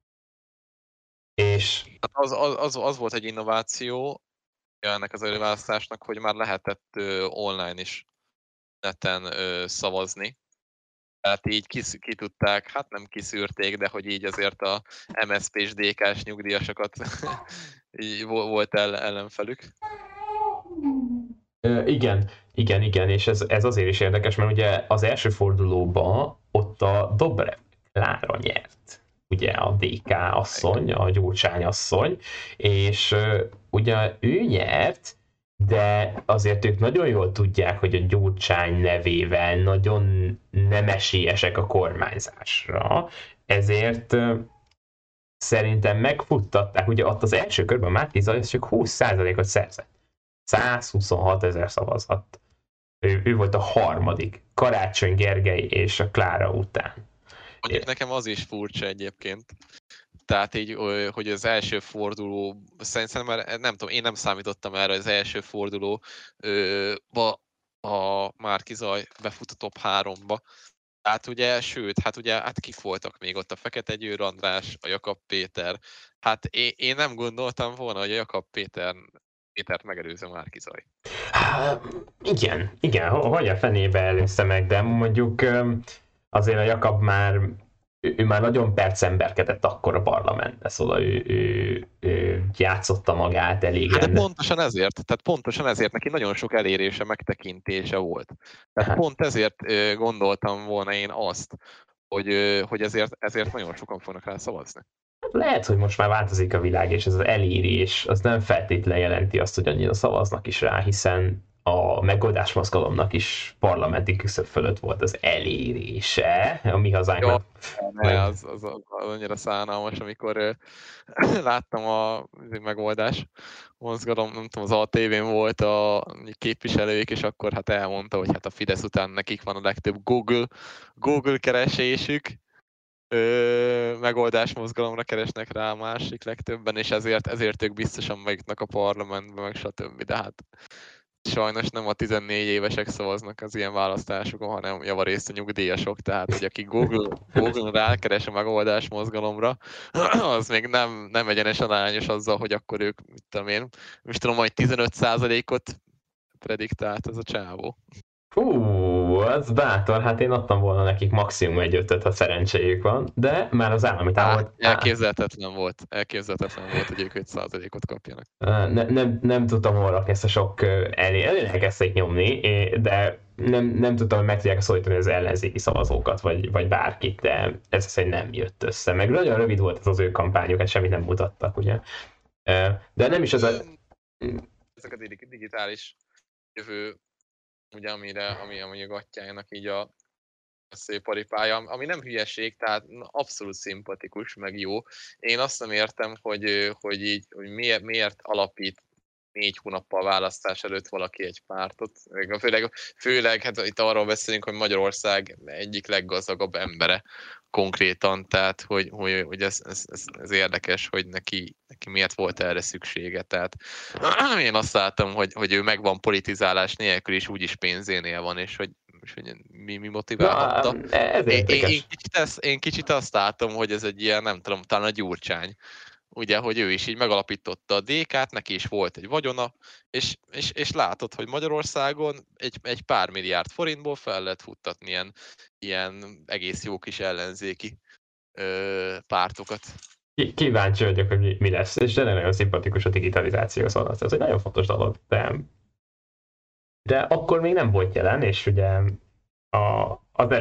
és... Az, az, az, az volt egy innováció ennek az előválasztásnak, hogy már lehetett uh, online is neten uh, szavazni. Tehát így kisz, ki tudták, hát nem kiszűrték, de hogy így azért a em es zé pés dé ká-s nyugdíjasokat így volt el, ellenfelük. Uh, igen, igen, igen, és ez, ez azért is érdekes, mert ugye az első fordulóban ott a Dobrev Klára nyert, ugye a dé ká asszony, a Gyurcsány asszony, és uh, ugye ő nyert, de azért ők nagyon jól tudják, hogy a Gyurcsány nevével nagyon nem esélyesek a kormányzásra, ezért uh, szerintem megfuttatták, ugye ott az első körben Márki-Zay csak húsz százalékot szerzett. százhuszonhat ezer szavazat. Ő, ő volt a harmadik. Karácsony Gergely és a Klára után. Mondjuk nekem az is furcsa egyébként. Tehát így, hogy az első forduló, szerintem már nem tudom, én nem számítottam erre az első fordulóba a Márki-Zay befut a top háromba. Hát ugye, sőt, hát ugye, hát kik voltak még ott? A Fekete Győr András, a Jakab Péter. Hát én, én nem gondoltam volna, hogy a Jakab Péter Pétert megelőző Márki-Zay. Há, igen, igen, hogy a fenébe előzte meg, de mondjuk azért a Jakab már ő, ő már nagyon percemberkedett akkor a parlamentbe, szóval ő, ő, ő játszotta magát elég. Hát de pontosan ezért, tehát pontosan ezért neki nagyon sok elérése, megtekintése volt. Tehát hát. Pont ezért gondoltam volna én azt, hogy, hogy ezért, ezért nagyon sokan fognak rá szavazni. Lehet, hogy most már változik a világ, és ez az elérés az nem feltétlenül jelenti azt, hogy annyira szavaznak is rá, hiszen a megoldás mozgalomnak is parlamenti küszöb fölött volt az elérése, a mi hazánknak. Ne, az, az, az, az annyira szánalmas, amikor uh, láttam a megoldás mozgalom, nem tudom, az á té vén volt a képviselők, és akkor hát elmondta, hogy hát a Fidesz után nekik van a legtöbb Google, Google keresésük, Ö, megoldás mozgalomra keresnek rá a másik legtöbben, és ezért, ezért ők biztosan megjutnak a parlamentbe, meg stb. De hát sajnos nem a tizennégy évesek szavaznak az ilyen választásokon, hanem javarészt a nyugdíjasok, tehát hogy aki Google, Google rákeres a megoldás mozgalomra, az még nem, nem egyenesen arányos azzal, hogy akkor ők, mit tudom én, most tudom, hogy tizenöt százalékot prediktált ez a csávó. Hú, az bátor, hát én adtam volna nekik maximum egy ötöt, ha szerencséjük van, de már az állami támogat... Elképzelhetetlen volt, elképzelhetetlen volt, hogy ők öt százalékot kapjanak. Ne, nem, nem tudtam hol rakni ezt a sok elé, elé elkezdték nyomni, de nem, nem tudtam, hogy meg tudják szólítani az ellenzéki szavazókat, vagy, vagy bárkit, de ez szerint nem jött össze. Meg nagyon rövid volt ez az ő kampányuk, hát semmit nem mutattak, ugye. De nem is az a... Ezek a digitális jövő, ugye, amire, ami, ami a gatyájának így a, a szép paripája, ami nem hülyeség, tehát abszolút szimpatikus, meg jó. Én azt nem értem, hogy, hogy így, hogy miért, miért alapít négy hónappal választás előtt valaki egy pártot. Főleg, főleg hát itt arról beszélünk, hogy Magyarország egyik leggazdagabb embere konkrétan, tehát hogy, hogy, hogy ez, ez, ez, ez érdekes, hogy neki, neki miért volt erre szüksége. Tehát én azt láttam, hogy, hogy ő megvan politizálás nélkül, és úgyis pénzénél van, és hogy, és hogy mi, mi motiválhatta. Na, ez én, én, én, kicsit ezt, én kicsit azt látom, hogy ez egy ilyen, nem tudom, talán a Gyurcsány. Ugye, hogy ő is így megalapította a dé ká-t, neki is volt egy vagyona, és, és, és látod, hogy Magyarországon egy, egy pár milliárd forintból fel lehet futtatni ilyen, ilyen egész jó kis ellenzéki ö, pártokat. Kíváncsi vagyok, hogy mi lesz, és de nagyon szimpatikus a digitalizáció, szóval ez egy nagyon fontos dolog, de, de akkor még nem volt jelen, és ugye a, az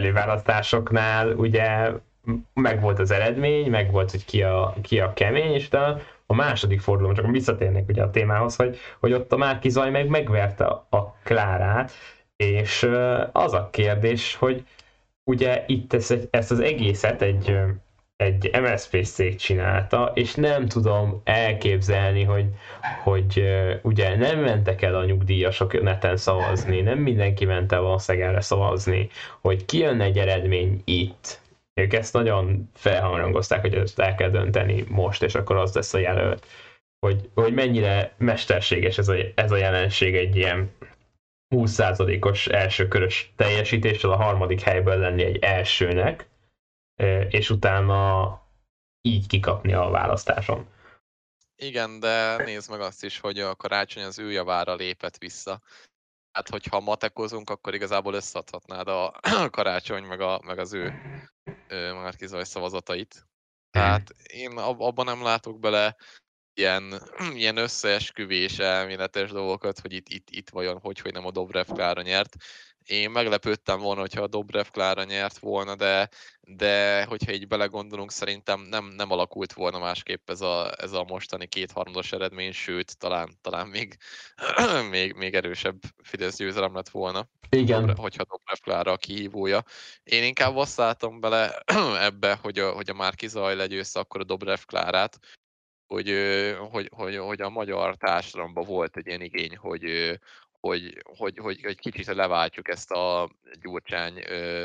előválasztásoknál ugye meg volt az eredmény, meg volt, hogy ki a, ki a kemény, és utána a második fordulón, csak visszatérnék ugye a témához, hogy, hogy ott a Márki Zaj meg megverte a Klárát, és az a kérdés, hogy ugye itt ezt, ezt az egészet egy, egy em es zé pé cég csinálta, és nem tudom elképzelni, hogy, hogy ugye nem mentek el a nyugdíjasok neten szavazni, nem mindenki ment el valószínűleg erre szavazni, hogy kijön egy eredmény itt. Ők ezt nagyon felhangozták, hogy ezt el kell dönteni most, és akkor az lesz a jelölt. Hogy, hogy mennyire mesterséges ez a, ez a jelenség egy ilyen húsz százalékos elsőkörös teljesítéssel a harmadik helyből lenni egy elsőnek, és utána így kikapni a választáson. Igen, de nézd meg azt is, hogy a Karácsony az ő javára lépett vissza. Hát, hogyha matekozunk, akkor igazából összeadhatnád a Karácsony meg, a, meg az ő, ő Márki Zaj szavazatait. Tehát én abban nem látok bele ilyen, ilyen összeesküvés elméletes dolgokat, hogy itt, itt, itt vajon hogy, hogy nem a Dobrev Klára nyert. Én meglepődtem volna, hogyha a Dobrev Klára nyert volna, de, de hogyha így belegondolunk, szerintem nem, nem alakult volna másképp ez a, ez a mostani kétharmados eredmény, sőt, talán, talán még, még, még erősebb Fidesz győzelem lett volna, Igen. Dobrev, hogyha Dobrev Klára a kihívója. Én inkább azt látom bele ebbe, hogy a, hogy a Márki Zaj legyőzte akkor a Dobrev Klárát, hogy, hogy, hogy, hogy a magyar társadalomban volt egy ilyen igény, hogy, hogy, hogy, hogy, hogy kicsit leváltjuk ezt a Gyurcsány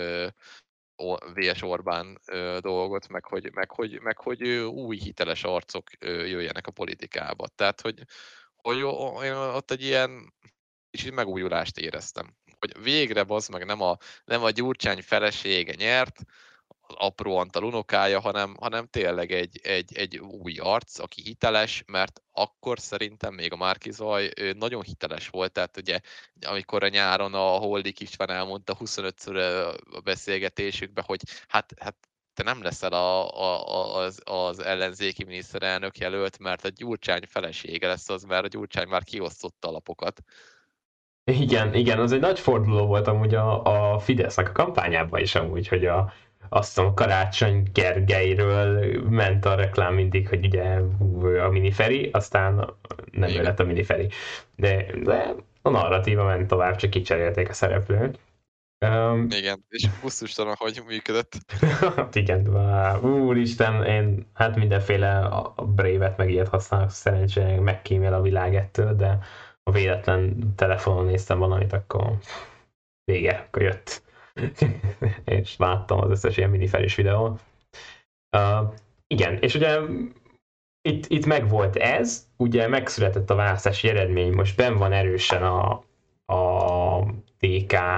vé es Orbán dolgot, meg hogy, meg, hogy, meg hogy új hiteles arcok jöjjenek a politikába. Tehát, hogy, hogy én ott egy ilyen kicsit megújulást éreztem. Hogy végre bazd meg nem a, nem a Gyurcsány felesége nyert, az apró Antal unokája, hanem, hanem tényleg egy, egy, egy új arc, aki hiteles, mert akkor szerintem még a Márki Zaj nagyon hiteles volt, tehát ugye amikor a nyáron a Holdik István elmondta huszonötször a beszélgetésükben, hogy hát, hát te nem leszel a, a, az, az ellenzéki miniszterelnök jelölt, mert a Gyurcsány felesége lesz az, mert a Gyurcsány már kiosztotta a lapokat. Igen, igen, az egy nagy forduló volt amúgy a, a Fidesznek a kampányában is amúgy, hogy a, azt a Karácsony Gergelyről ment a reklám mindig, hogy ugye a miniferi, aztán nem ő lett a miniferi. De, de a narratíva ment tovább, csak kicserélték a szereplőt. Um, igen, és busztustalan, hogy működött. Hát igen, úristen, én hát mindenféle a Brave-et meg ilyet használok, szerencsére megkímél a világ ettől, de ha véletlen telefonon néztem valamit, akkor vége, akkor jött. És láttam az összes ilyen minifelis videót. Uh, igen, és ugye itt, itt meg volt ez, ugye megszületett a választási eredmény, most benn van erősen a, a té ká,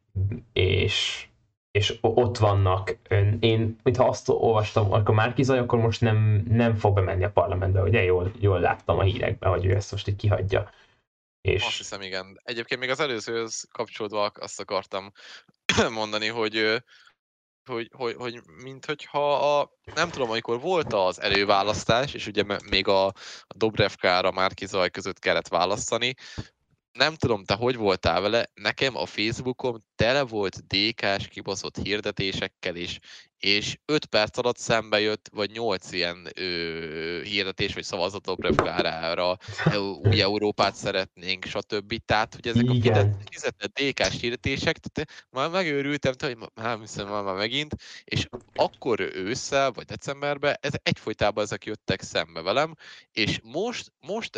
és, és ott vannak. Én, mintha azt olvastam, akkor Márki Zaj, akkor most nem, nem fog bemenni a parlamentbe, ugye jól, jól láttam a hírekben, hogy ő ezt most így kihagyja. És... Azt hiszem, igen. Egyébként még az előzőhöz kapcsolódva azt akartam mondani, hogy, hogy, hogy, hogy mint hogyha a, nem tudom, amikor volt az előválasztás, és ugye még a, a Dobrev Klára, Márki Zaj között kellett választani, nem tudom, te hogy voltál vele, nekem a Facebookon tele volt dé ká-s kibaszott hirdetésekkel is, és öt perc alatt szembe jött, vagy nyolc ilyen ö, hirdetés, vagy szavazat Dobrev Klárára, új Európát szeretnénk, stb. Tehát, hogy ezek a fizetett dé ká-s hirdetések, tehát már megőrültem, hogy már hiszem már, már megint, és akkor ősszel, vagy decemberben, ezek egyfolytában ezek jöttek szembe velem, és most, most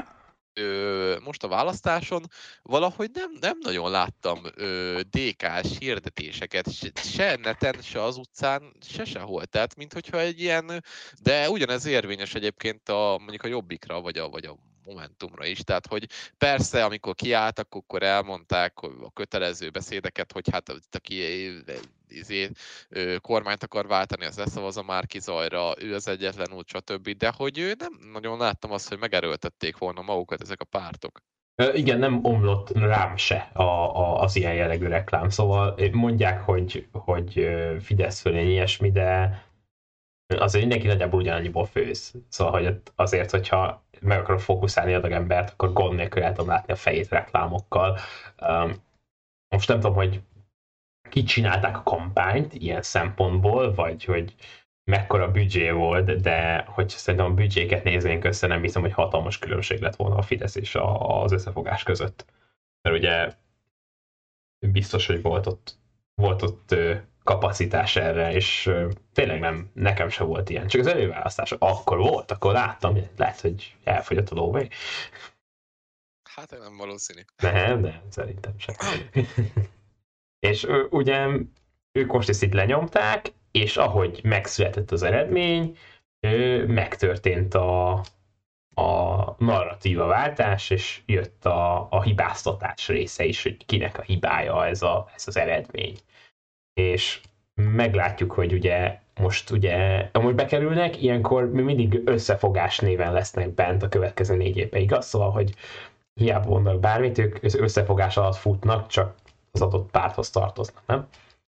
Ö, most a választáson valahogy nem, nem nagyon láttam ö, dé ká-s hirdetéseket, se, se neten, se az utcán, se sehol. Tehát, mint hogyha egy ilyen, de ugyanez érvényes egyébként a, mondjuk a Jobbikra, vagy a, vagy a Momentumra is. Tehát, hogy persze, amikor kiálltak, akkor elmondták a kötelező beszédeket, hogy hát aki izé, kormányt akar váltani, az leszavaz a Márki Zajra, ő az egyetlen út, stb. De hogy nem nagyon láttam azt, hogy megerőltették volna magukat ezek a pártok. Igen, nem omlott rám se a, a, az ilyen jellegű reklám. Szóval mondják, hogy, hogy Fidesz fölé ilyesmi, de azért mindenki nagyjából ugyanannyiból főz. Szóval hogy azért, hogyha meg akarok fókuszálni adag embert, akkor gond nélkül el tudom látni a fejét reklámokkal. Most nem tudom, hogy ki csinálták a kampányt ilyen szempontból, vagy hogy mekkora büdzsé volt, de hogy szerintem a büdzséket néznénk össze, nem hiszem, hogy hatalmas különbség lett volna a Fidesz és a, az összefogás között. Mert ugye biztos, hogy volt ott, volt ott kapacitás erre, és tényleg nem, nekem se volt ilyen. Csak az előválasztás akkor volt, akkor láttam, lehet, hogy elfogyott a lóvé. Hát nem valószínű. Nem, de szerintem sem. És ugye ők most ezt itt lenyomták, és ahogy megszületett az eredmény, megtörtént a, a narratíva váltás, és jött a, a hibáztatás része is, hogy kinek a hibája ez, a, ez az eredmény. És meglátjuk, hogy ugye most ugye, amúgy bekerülnek, ilyenkor mi mindig összefogás néven lesznek bent a következő négy évben, igaz? Szóval, hogy hiába mondanak bármit, ők összefogás alatt futnak, csak az adott párthoz tartoznak, nem?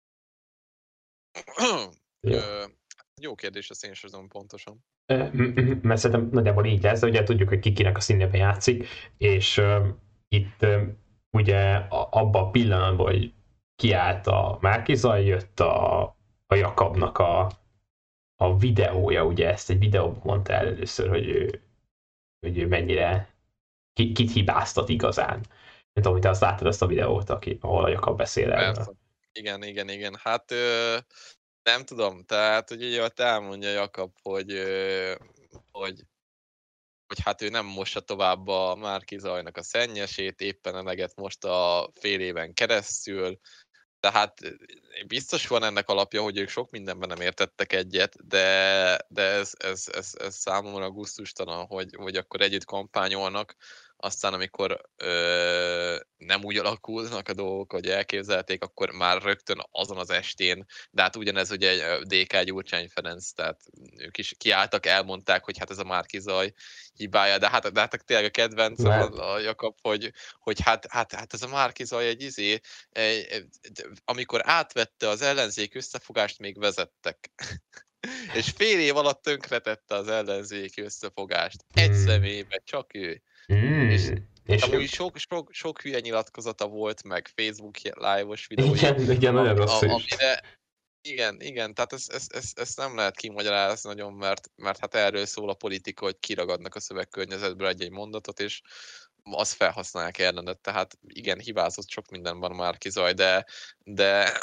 Jó. Jó kérdés, ezt én is tudom pontosan. Mert szerintem nagyjából így lesz, de ugye tudjuk, hogy ki kinek a színében játszik, és uh, itt uh, ugye abban a pillanatban, hogy kiállt a Márki-Zay, jött a, a Jakabnak a, a videója, ugye ezt egy videóban mondta el először, hogy ő, hogy ő mennyire ki, kit hibáztat igazán. Nem tudom, hogy te azt láttad ezt a videót, aki, ahol a Jakab beszél erről. Igen, igen, igen. Hát ö, nem tudom, tehát hogy ugye ott elmondja Jakab, hogy, ö, hogy hogy hát ő nem mossa tovább a Márki-Zaynak a szennyesét, éppen eleget most a fél éven keresztül, tehát biztos van ennek alapja, hogy ők sok mindenben nem értettek egyet, de, de ez, ez, ez, ez számomra gusztustalan, hogy, hogy akkor együtt kampányolnak, aztán amikor ö, nem úgy alakulnak a dolgok, hogy elképzelték, akkor már rögtön azon az estén, de hát ugyanez ugye egy dé ká Gyurcsány Ferenc, tehát ők is kiálltak, elmondták, hogy hát ez a Márki-Zay hibája, de hát, de hát tényleg a kedvenc a, a Jakab, hogy, hogy hát, hát, hát ez a Márki-Zay egy izé, egy, egy, amikor átvette az ellenzék összefogást, még vezettek. És fél év alatt tönkretette az ellenzéki összefogást. Egy mm. személyben, csak ő. Mm. És, és amúgy sok, sok, sok hülye nyilatkozata volt, meg Facebook live-os videója. Igen, igen, nagyon rossz is. Amire, igen, igen, tehát ezt, ezt, ezt, ezt nem lehet kimagyarázni nagyon, mert, mert hát erről szól a politika, hogy kiragadnak a szövegkörnyezetből egy-egy mondatot, és azt felhasználják ellenet, tehát igen, hibázott sok mindenben a Márki-Zay, de, de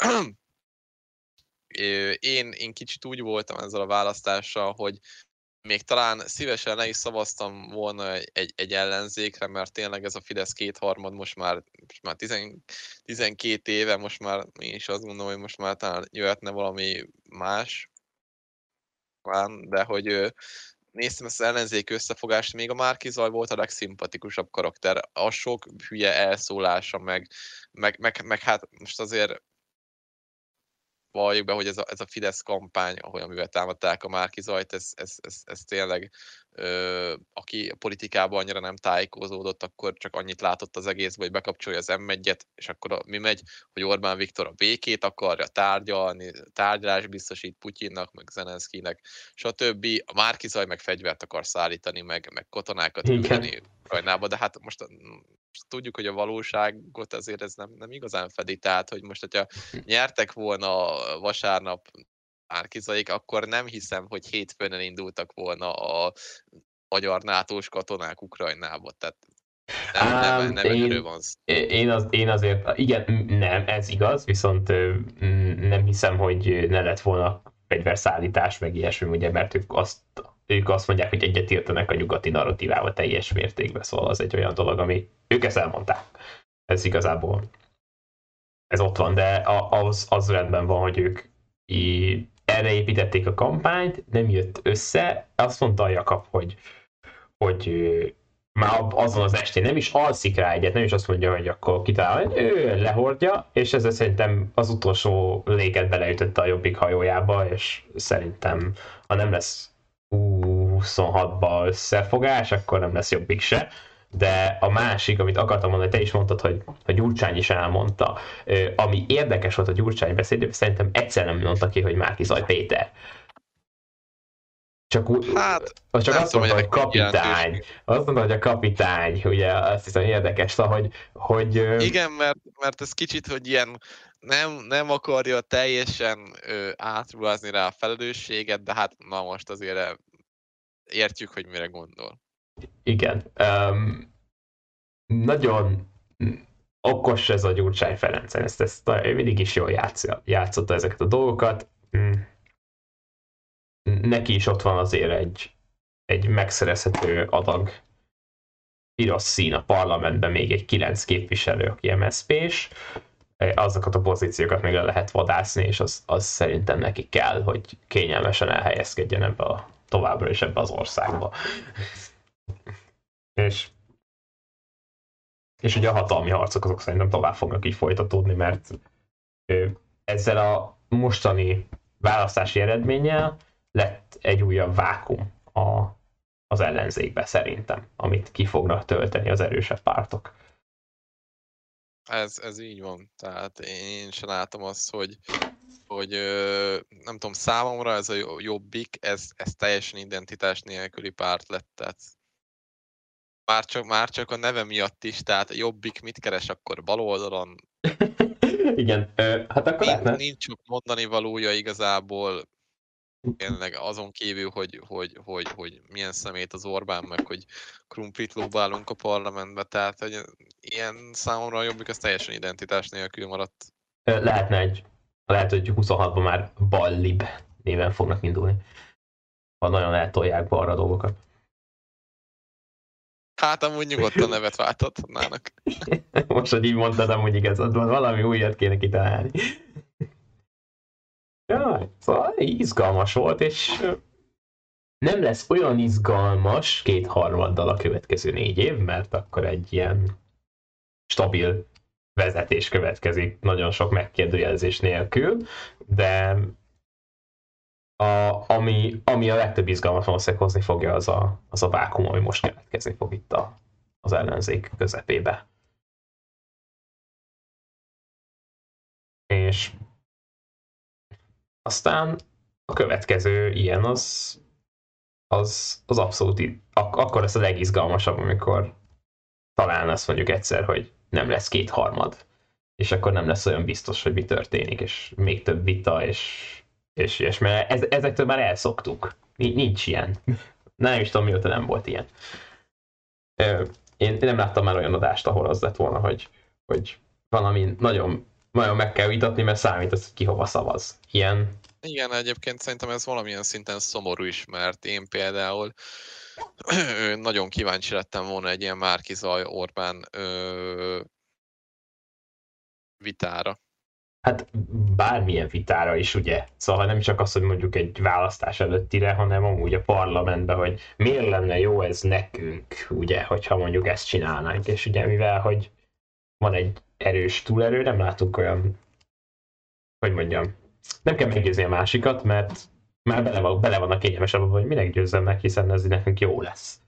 én, én kicsit úgy voltam ezzel a választással, hogy még talán szívesen le is szavaztam volna egy, egy ellenzékre, mert tényleg ez a Fidesz kétharmad most már, most már tizen, tizenkét éve, most már én is azt gondolom, hogy most már talán jöhetne valami más, de hogy néztem ezt az ellenzék összefogást, még a Márki-Zay volt a legszimpatikusabb karakter. A sok hülye elszólása, meg, meg, meg, meg hát most azért valljuk be, hogy ez a, ez a Fidesz kampány, ahol amivel támadták a Márki-Zayt, ez, ez, ez, ez tényleg, ö, aki a politikában annyira nem tájékozódott, akkor csak annyit látott az egészben, hogy bekapcsolja az em egyet, és akkor a, mi megy, hogy Orbán Viktor a békét akarja tárgyalni, tárgyalás biztosít Putyinnak, meg Zelenszkijnek, stb. A Márki-Zay meg fegyvert akar szállítani, meg, meg katonákat küldeni Ukrajnába, de hát most tudjuk, hogy a valóságot azért ez nem, nem igazán fedi, tehát hogy most, hogyha nyertek volna vasárnap Márki-Zayék, akkor nem hiszem, hogy hétfőn elindultak volna a magyar nátós katonák Ukrajnába, tehát nem, nem, nem én, erről van szó. Én, az, én azért, igen, nem, ez igaz, viszont nem hiszem, hogy ne lett volna fegyverszállítás, meg ilyesmi, ugye, mert ők azt, ők azt mondják, hogy egyetértenek a nyugati narratívával teljes mértékben, szóval az egy olyan dolog, ami ők ezt elmondták. Ez igazából, ez ott van, de az, az rendben van, hogy ők í, erre építették a kampányt, nem jött össze, azt mondta a Jakab, hogy, hogy már azon az estén nem is alszik rá egyet, nem is azt mondja, hogy akkor kitalál, hogy ő lehordja, és ezzel szerintem az utolsó léket beleütötte a Jobbik hajójába, és szerintem, ha nem lesz huszonhatban összefogás, akkor nem lesz Jobbik se. De a másik, amit akartam mondani, te is mondtad, hogy a Gyurcsány is elmondta, ami érdekes volt a Gyurcsány beszédében, szerintem egyszer nem mondta ki, hogy Márki-Zay Péter. csak úgy, Hát, csak nem azt tudom, mondta, hogy hogy ennek kapitány. Azt mondta, hogy a kapitány, ugye azt hiszem érdekes, szóval, hogy, hogy igen, mert, mert ez kicsit, hogy ilyen nem, nem akarja teljesen ö, átruházni rá a felelősséget, de hát na most azért értjük, hogy mire gondol. igen. Um, nagyon okos ez a Gyurcsány Ferenc, ezt, ezt mindig is jól játszott, játszotta ezeket a dolgokat. Neki is ott van azért egy, egy megszerezhető adag piros szín a parlamentben, még egy kilenc képviselő, aki em es zé pés, azokat a pozíciókat még le lehet vadászni, és az, az szerintem neki kell, hogy kényelmesen elhelyezkedjen ebbe a, továbbra is ebbe az országba. és és ugye a hatalmi harcok azok szerintem tovább fognak így folytatódni, mert ezzel a mostani választási eredménnyel lett egy újabb vákum a, az ellenzékbe szerintem, amit ki fognak tölteni az erősebb pártok. Ez, ez így van. Tehát én sem látom azt, hogy, hogy nem tudom, számomra ez a Jobbik, ez, ez teljesen identitás nélküli párt lett. Tehát már csak, már csak a neve miatt is, tehát a Jobbik mit keres akkor bal oldalon? Igen, hát akkor nincs, lehetne. Nincs sok mondani valója igazából, tényleg azon kívül, hogy, hogy, hogy, hogy milyen szemét az Orbán, meg hogy krumplit lóbálunk a parlamentbe, tehát hogy ilyen számomra a Jobbik az teljesen identitás nélkül maradt. Lehetne egy, lehet, hogy huszonhatban már Ballib néven fognak indulni. Ha nagyon eltolják balra a dolgokat. Hát amúgy nyugodtan nevet váltatnának. Most, hogy így mondtad, amúgy igazad van, valami újat kéne kitalálni. Jaj, szóval izgalmas volt, és nem lesz olyan izgalmas kétharmaddal a következő négy év, mert akkor egy ilyen stabil vezetés következik, nagyon sok megkérdőjelezés nélkül, de a, ami, ami a legtöbb izgalmat valószínűleg hozni fogja, az a, az a vákum, ami most keletkezni fog itt a, az ellenzék közepébe. És aztán a következő ilyen az az, az abszolút ak- akkor lesz a legizgalmasabb, amikor talán azt mondjuk egyszer, hogy nem lesz kétharmad, és akkor nem lesz olyan biztos, hogy mi történik, és még több vita, és, és, és mert ez, ezektől már elszoktuk. Nincs ilyen. Nem is tudom, mióta nem volt ilyen. Én nem láttam már olyan adást, ahol az lett volna, hogy, hogy valami nagyon, nagyon meg kell vitatni, mert számít az, hogy ki hova szavaz. Ilyen. Igen, egyébként szerintem ez valamilyen szinten szomorú is, mert én például nagyon kíváncsi lettem volna egy ilyen Márki-Zaj Orbán ö, vitára. Hát bármilyen vitára is, ugye? Szóval nem csak az, hogy mondjuk egy választás előttire, hanem amúgy a parlamentben, hogy miért lenne jó ez nekünk, ugye, hogyha mondjuk ezt csinálnánk. És ugye mivel, hogy van egy erős túlerő, nem látunk olyan, hogy mondjam, nem kell meggyőzni a másikat, mert már bele, van, bele vannak kényelmesebb, hogy minek győzzem meg, hiszen ez nekünk jó lesz.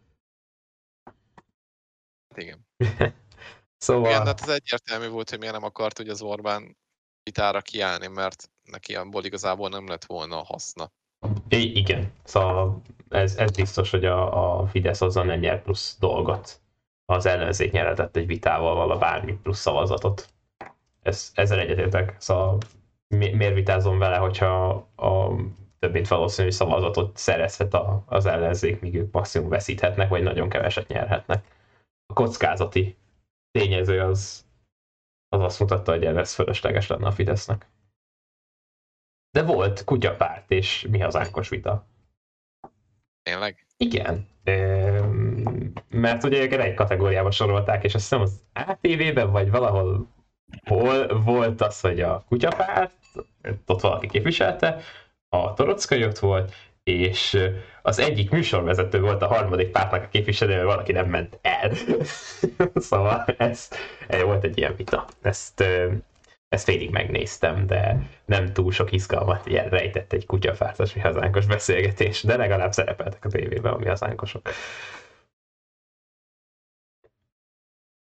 Igen. Szóval... Igen, de hát ez egyértelmű volt, hogy miért nem akart ugye az Orbán vitára kiállni, mert neki abból igazából nem lett volna a haszna. I- igen, szóval ez, ez biztos, hogy a, a Fidesz azzal nem nyer plusz dolgot. Az ellenzék nyeretett egy vitával vala bármi plusz szavazatot. Ez, ezzel egyetértek. Szóval mi, miért vitázom vele, hogyha a több mint valószínű szavazatot szerezhet a, az ellenzék, míg ők maximum veszíthetnek, vagy nagyon keveset nyerhetnek. A kockázati tényező az, az azt mutatta, hogy ez fölösleges lenne a Fidesznek. De volt kutyapárt és mi hazánkos vita. Tényleg? Igen. Mert ugye őket egy kategóriába sorolták, és azt hiszem az á té vében vagy valahol hol volt az, hogy a kutyapárt, ott valaki képviselte, a Torockai ott volt, és az egyik műsorvezető volt a harmadik pártnak a képviselő, valaki nem ment el. Szóval ez, ez volt egy ilyen vita. Ezt, ezt félig megnéztem, de nem túl sok izgalmat ilyen rejtett egy kutyapártos mi hazánkos beszélgetés, de legalább szerepeltek a tévében a mi hazánkosok.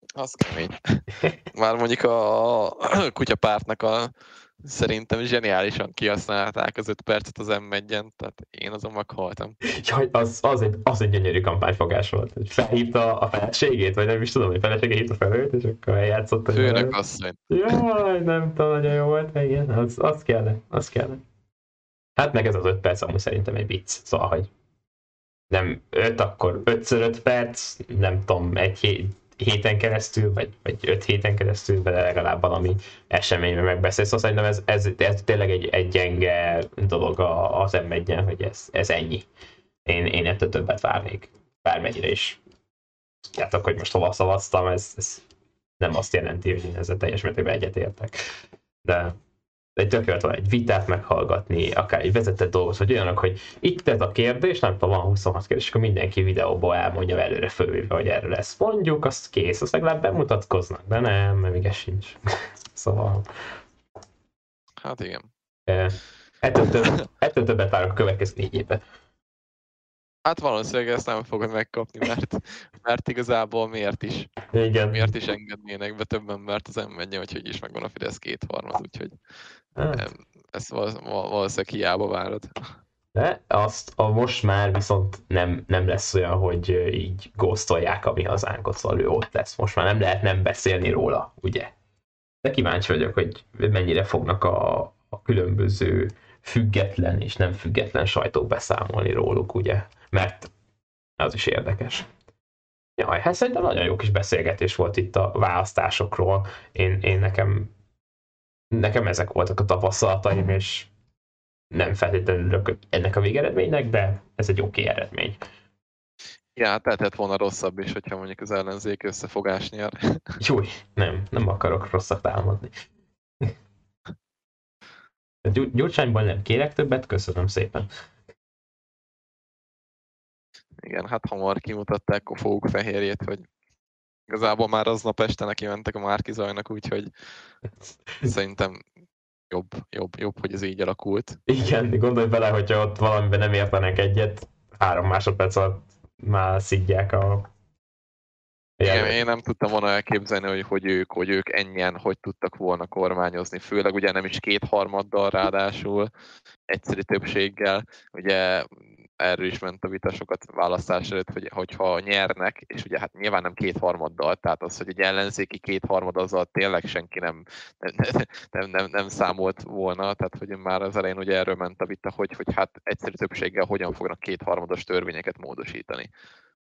Az kemény. Már mondjuk a kutyapártnak a szerintem zseniálisan kihasználták az öt percet az em egyen, tehát én azon meghaltam. Jaj, az, az, egy, az egy gyönyörű kampányfogás volt. Hogy felhívta a feleségét, vagy nem is tudom, hogy felesége hívta fel őt, és akkor eljátszott. Főnök asszony. Jaj, nem tudom, nagyon jó volt, igen, az, az kellene, az kellene. Hát meg ez az öt perc amúgy szerintem egy vicc, szóval, hogy nem öt, akkor ötször öt perc, nem tudom, egy hét, héten keresztül, vagy, vagy öt héten keresztül, de legalább valami eseményben megbeszélsz. Szóval szerintem ez, ez, ez tényleg egy, egy gyenge dolog az em egyen, hogy ez, ez ennyi. Én, én ettől többet várnék, bármennyire is. Tudjátok, hogy most hova szavaztam, ez, ez nem azt jelenti, hogy én ezzel teljes mértékben egyetértek. De egy tökélet van egy vitát meghallgatni, akár egy vezetett dolgot, hogy olyanok, hogy itt ez a kérdés, nem tudom, van huszonhat kérdés, akkor mindenki videóból elmondja előre fölvéve, hogy erről lesz. Mondjuk, azt kész, azt legalább bemutatkoznak, de nem, mert még ez sincs. Szóval... Hát igen. Ettől, több, ettől többet várok a következő négy évben. Hát valószínűleg ezt nem fogod megkapni, mert, mert igazából miért is? Igen. Miért is engednének be több embert az em egyen, hogy hogy is megvan a Fidesz kétharmad, úgyhogy hát. Ezt valószínűleg hiába várod. De azt a most már viszont nem, nem lesz olyan, hogy így góztolják a mi hazánkot, szóval ő ott lesz. Most már nem lehet nem beszélni róla, ugye? De kíváncsi vagyok, hogy mennyire fognak a, a különböző független és nem független sajtók beszámolni róluk, ugye? Mert az is érdekes. Jaj, hát szerintem nagyon jó kis beszélgetés volt itt a választásokról. Én, én nekem, nekem ezek voltak a tapasztalataim, és nem feltétlenül örülök ennek a végeredménynek, de ez egy oké eredmény. Ja, hát lehetett volna rosszabb is, hogyha mondjuk az ellenzék összefogás nyer. Júj, nem, nem akarok rosszat támadni. Gyurcsányból nem kérek többet, köszönöm szépen. Igen, hát hamar kimutatták a foguk fehérjét, hogy igazából már aznap este neki mentek a Márki-Zajnak, úgyhogy szerintem jobb, jobb, jobb, hogy ez így alakult. Igen, gondolj bele, hogyha ott valamiben nem értenek egyet, három másodperc alatt már szidják a... Igen, én nem tudtam volna elképzelni, hogy, hogy, ők, hogy ők ennyien hogy tudtak volna kormányozni, főleg ugye nem is kétharmaddal ráadásul, egyszerű többséggel, ugye erről is ment a vita sokat választás előtt, hogy, hogyha nyernek, és ugye hát nyilván nem kétharmaddal, tehát az, hogy egy ellenzéki kétharmad, azzal tényleg senki nem, nem, nem, nem, nem számolt volna, tehát hogy már az elején ugye erről ment a vita, hogy, hogy hát egyszerű többséggel hogyan fognak kétharmados törvényeket módosítani.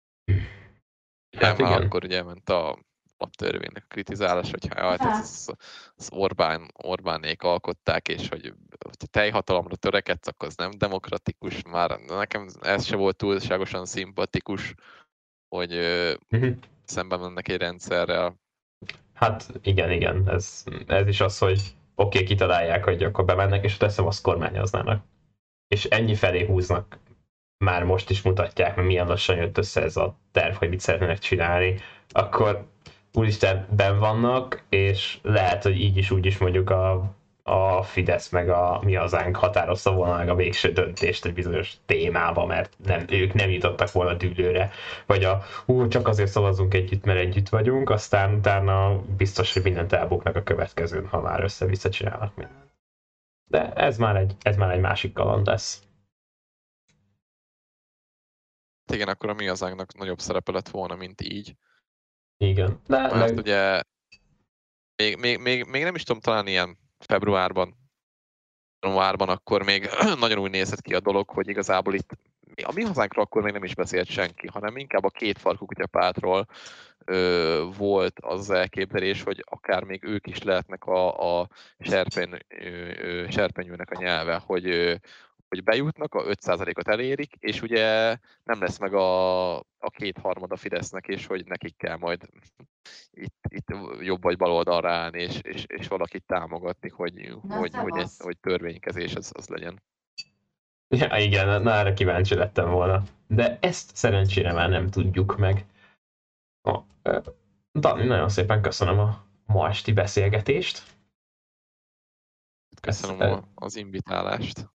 Hát már akkor ugye ment a alaptörvénynek a kritizálás, hogy hát az, az Orbán, Orbánék alkották, és hogy ha teljhatalomra törekedsz, akkor az nem demokratikus. Már nekem ez se volt túlságosan szimpatikus, hogy uh-huh. szemben mennek egy rendszerrel. Hát igen, igen. Ez, ez is az, hogy oké, okay, kitalálják, hogy akkor bemennek, és teszem, azt kormányoznának. És ennyi felé húznak. Már most is mutatják, mert milyen lassan jött össze ez a terv, hogy mit szeretnének csinálni, akkor úristen benn vannak, és lehet, hogy így is úgy is mondjuk a, a Fidesz meg a Mi Hazánk határozta volna meg a végső döntést egy bizonyos témába, mert nem, ők nem jutottak volna dűlőre, vagy a hú, csak azért szavazunk együtt, mert együtt vagyunk, aztán utána biztos, hogy mindent elbuknak a következőn, ha már össze-vissza csinálnak mindent. De ez már egy, ez már egy másik kaland lesz. Igen, akkor a Mi Hazánknak nagyobb szerepe lett volna, mint így. Igen. De, Mert meg... ugye még, még, még, még nem is tudom, talán ilyen februárban, januárban akkor még nagyon úgy nézett ki a dolog, hogy igazából itt a Mi Hazánkról akkor még nem is beszélt senki, hanem inkább a kétfarkú kutyapártról ö, volt az elképzelés, hogy akár még ők is lehetnek a, a serpeny, ö, serpenyőnek a nyelve, hogy ö, hogy bejutnak, a öt százalékot elérik, és ugye nem lesz meg a, a kétharmad a Fidesznek, és hogy nekik kell majd itt, itt jobb vagy bal oldalra állni, és, és, és valakit támogatni, hogy, hogy, hogy, egy, hogy törvénykezés az, az legyen. Ja, igen, na erre kíváncsi lettem volna. De ezt szerencsére már nem tudjuk meg. Oh, Dani, nagyon szépen köszönöm a ma esti beszélgetést. Köszönöm ezt, az invitálást.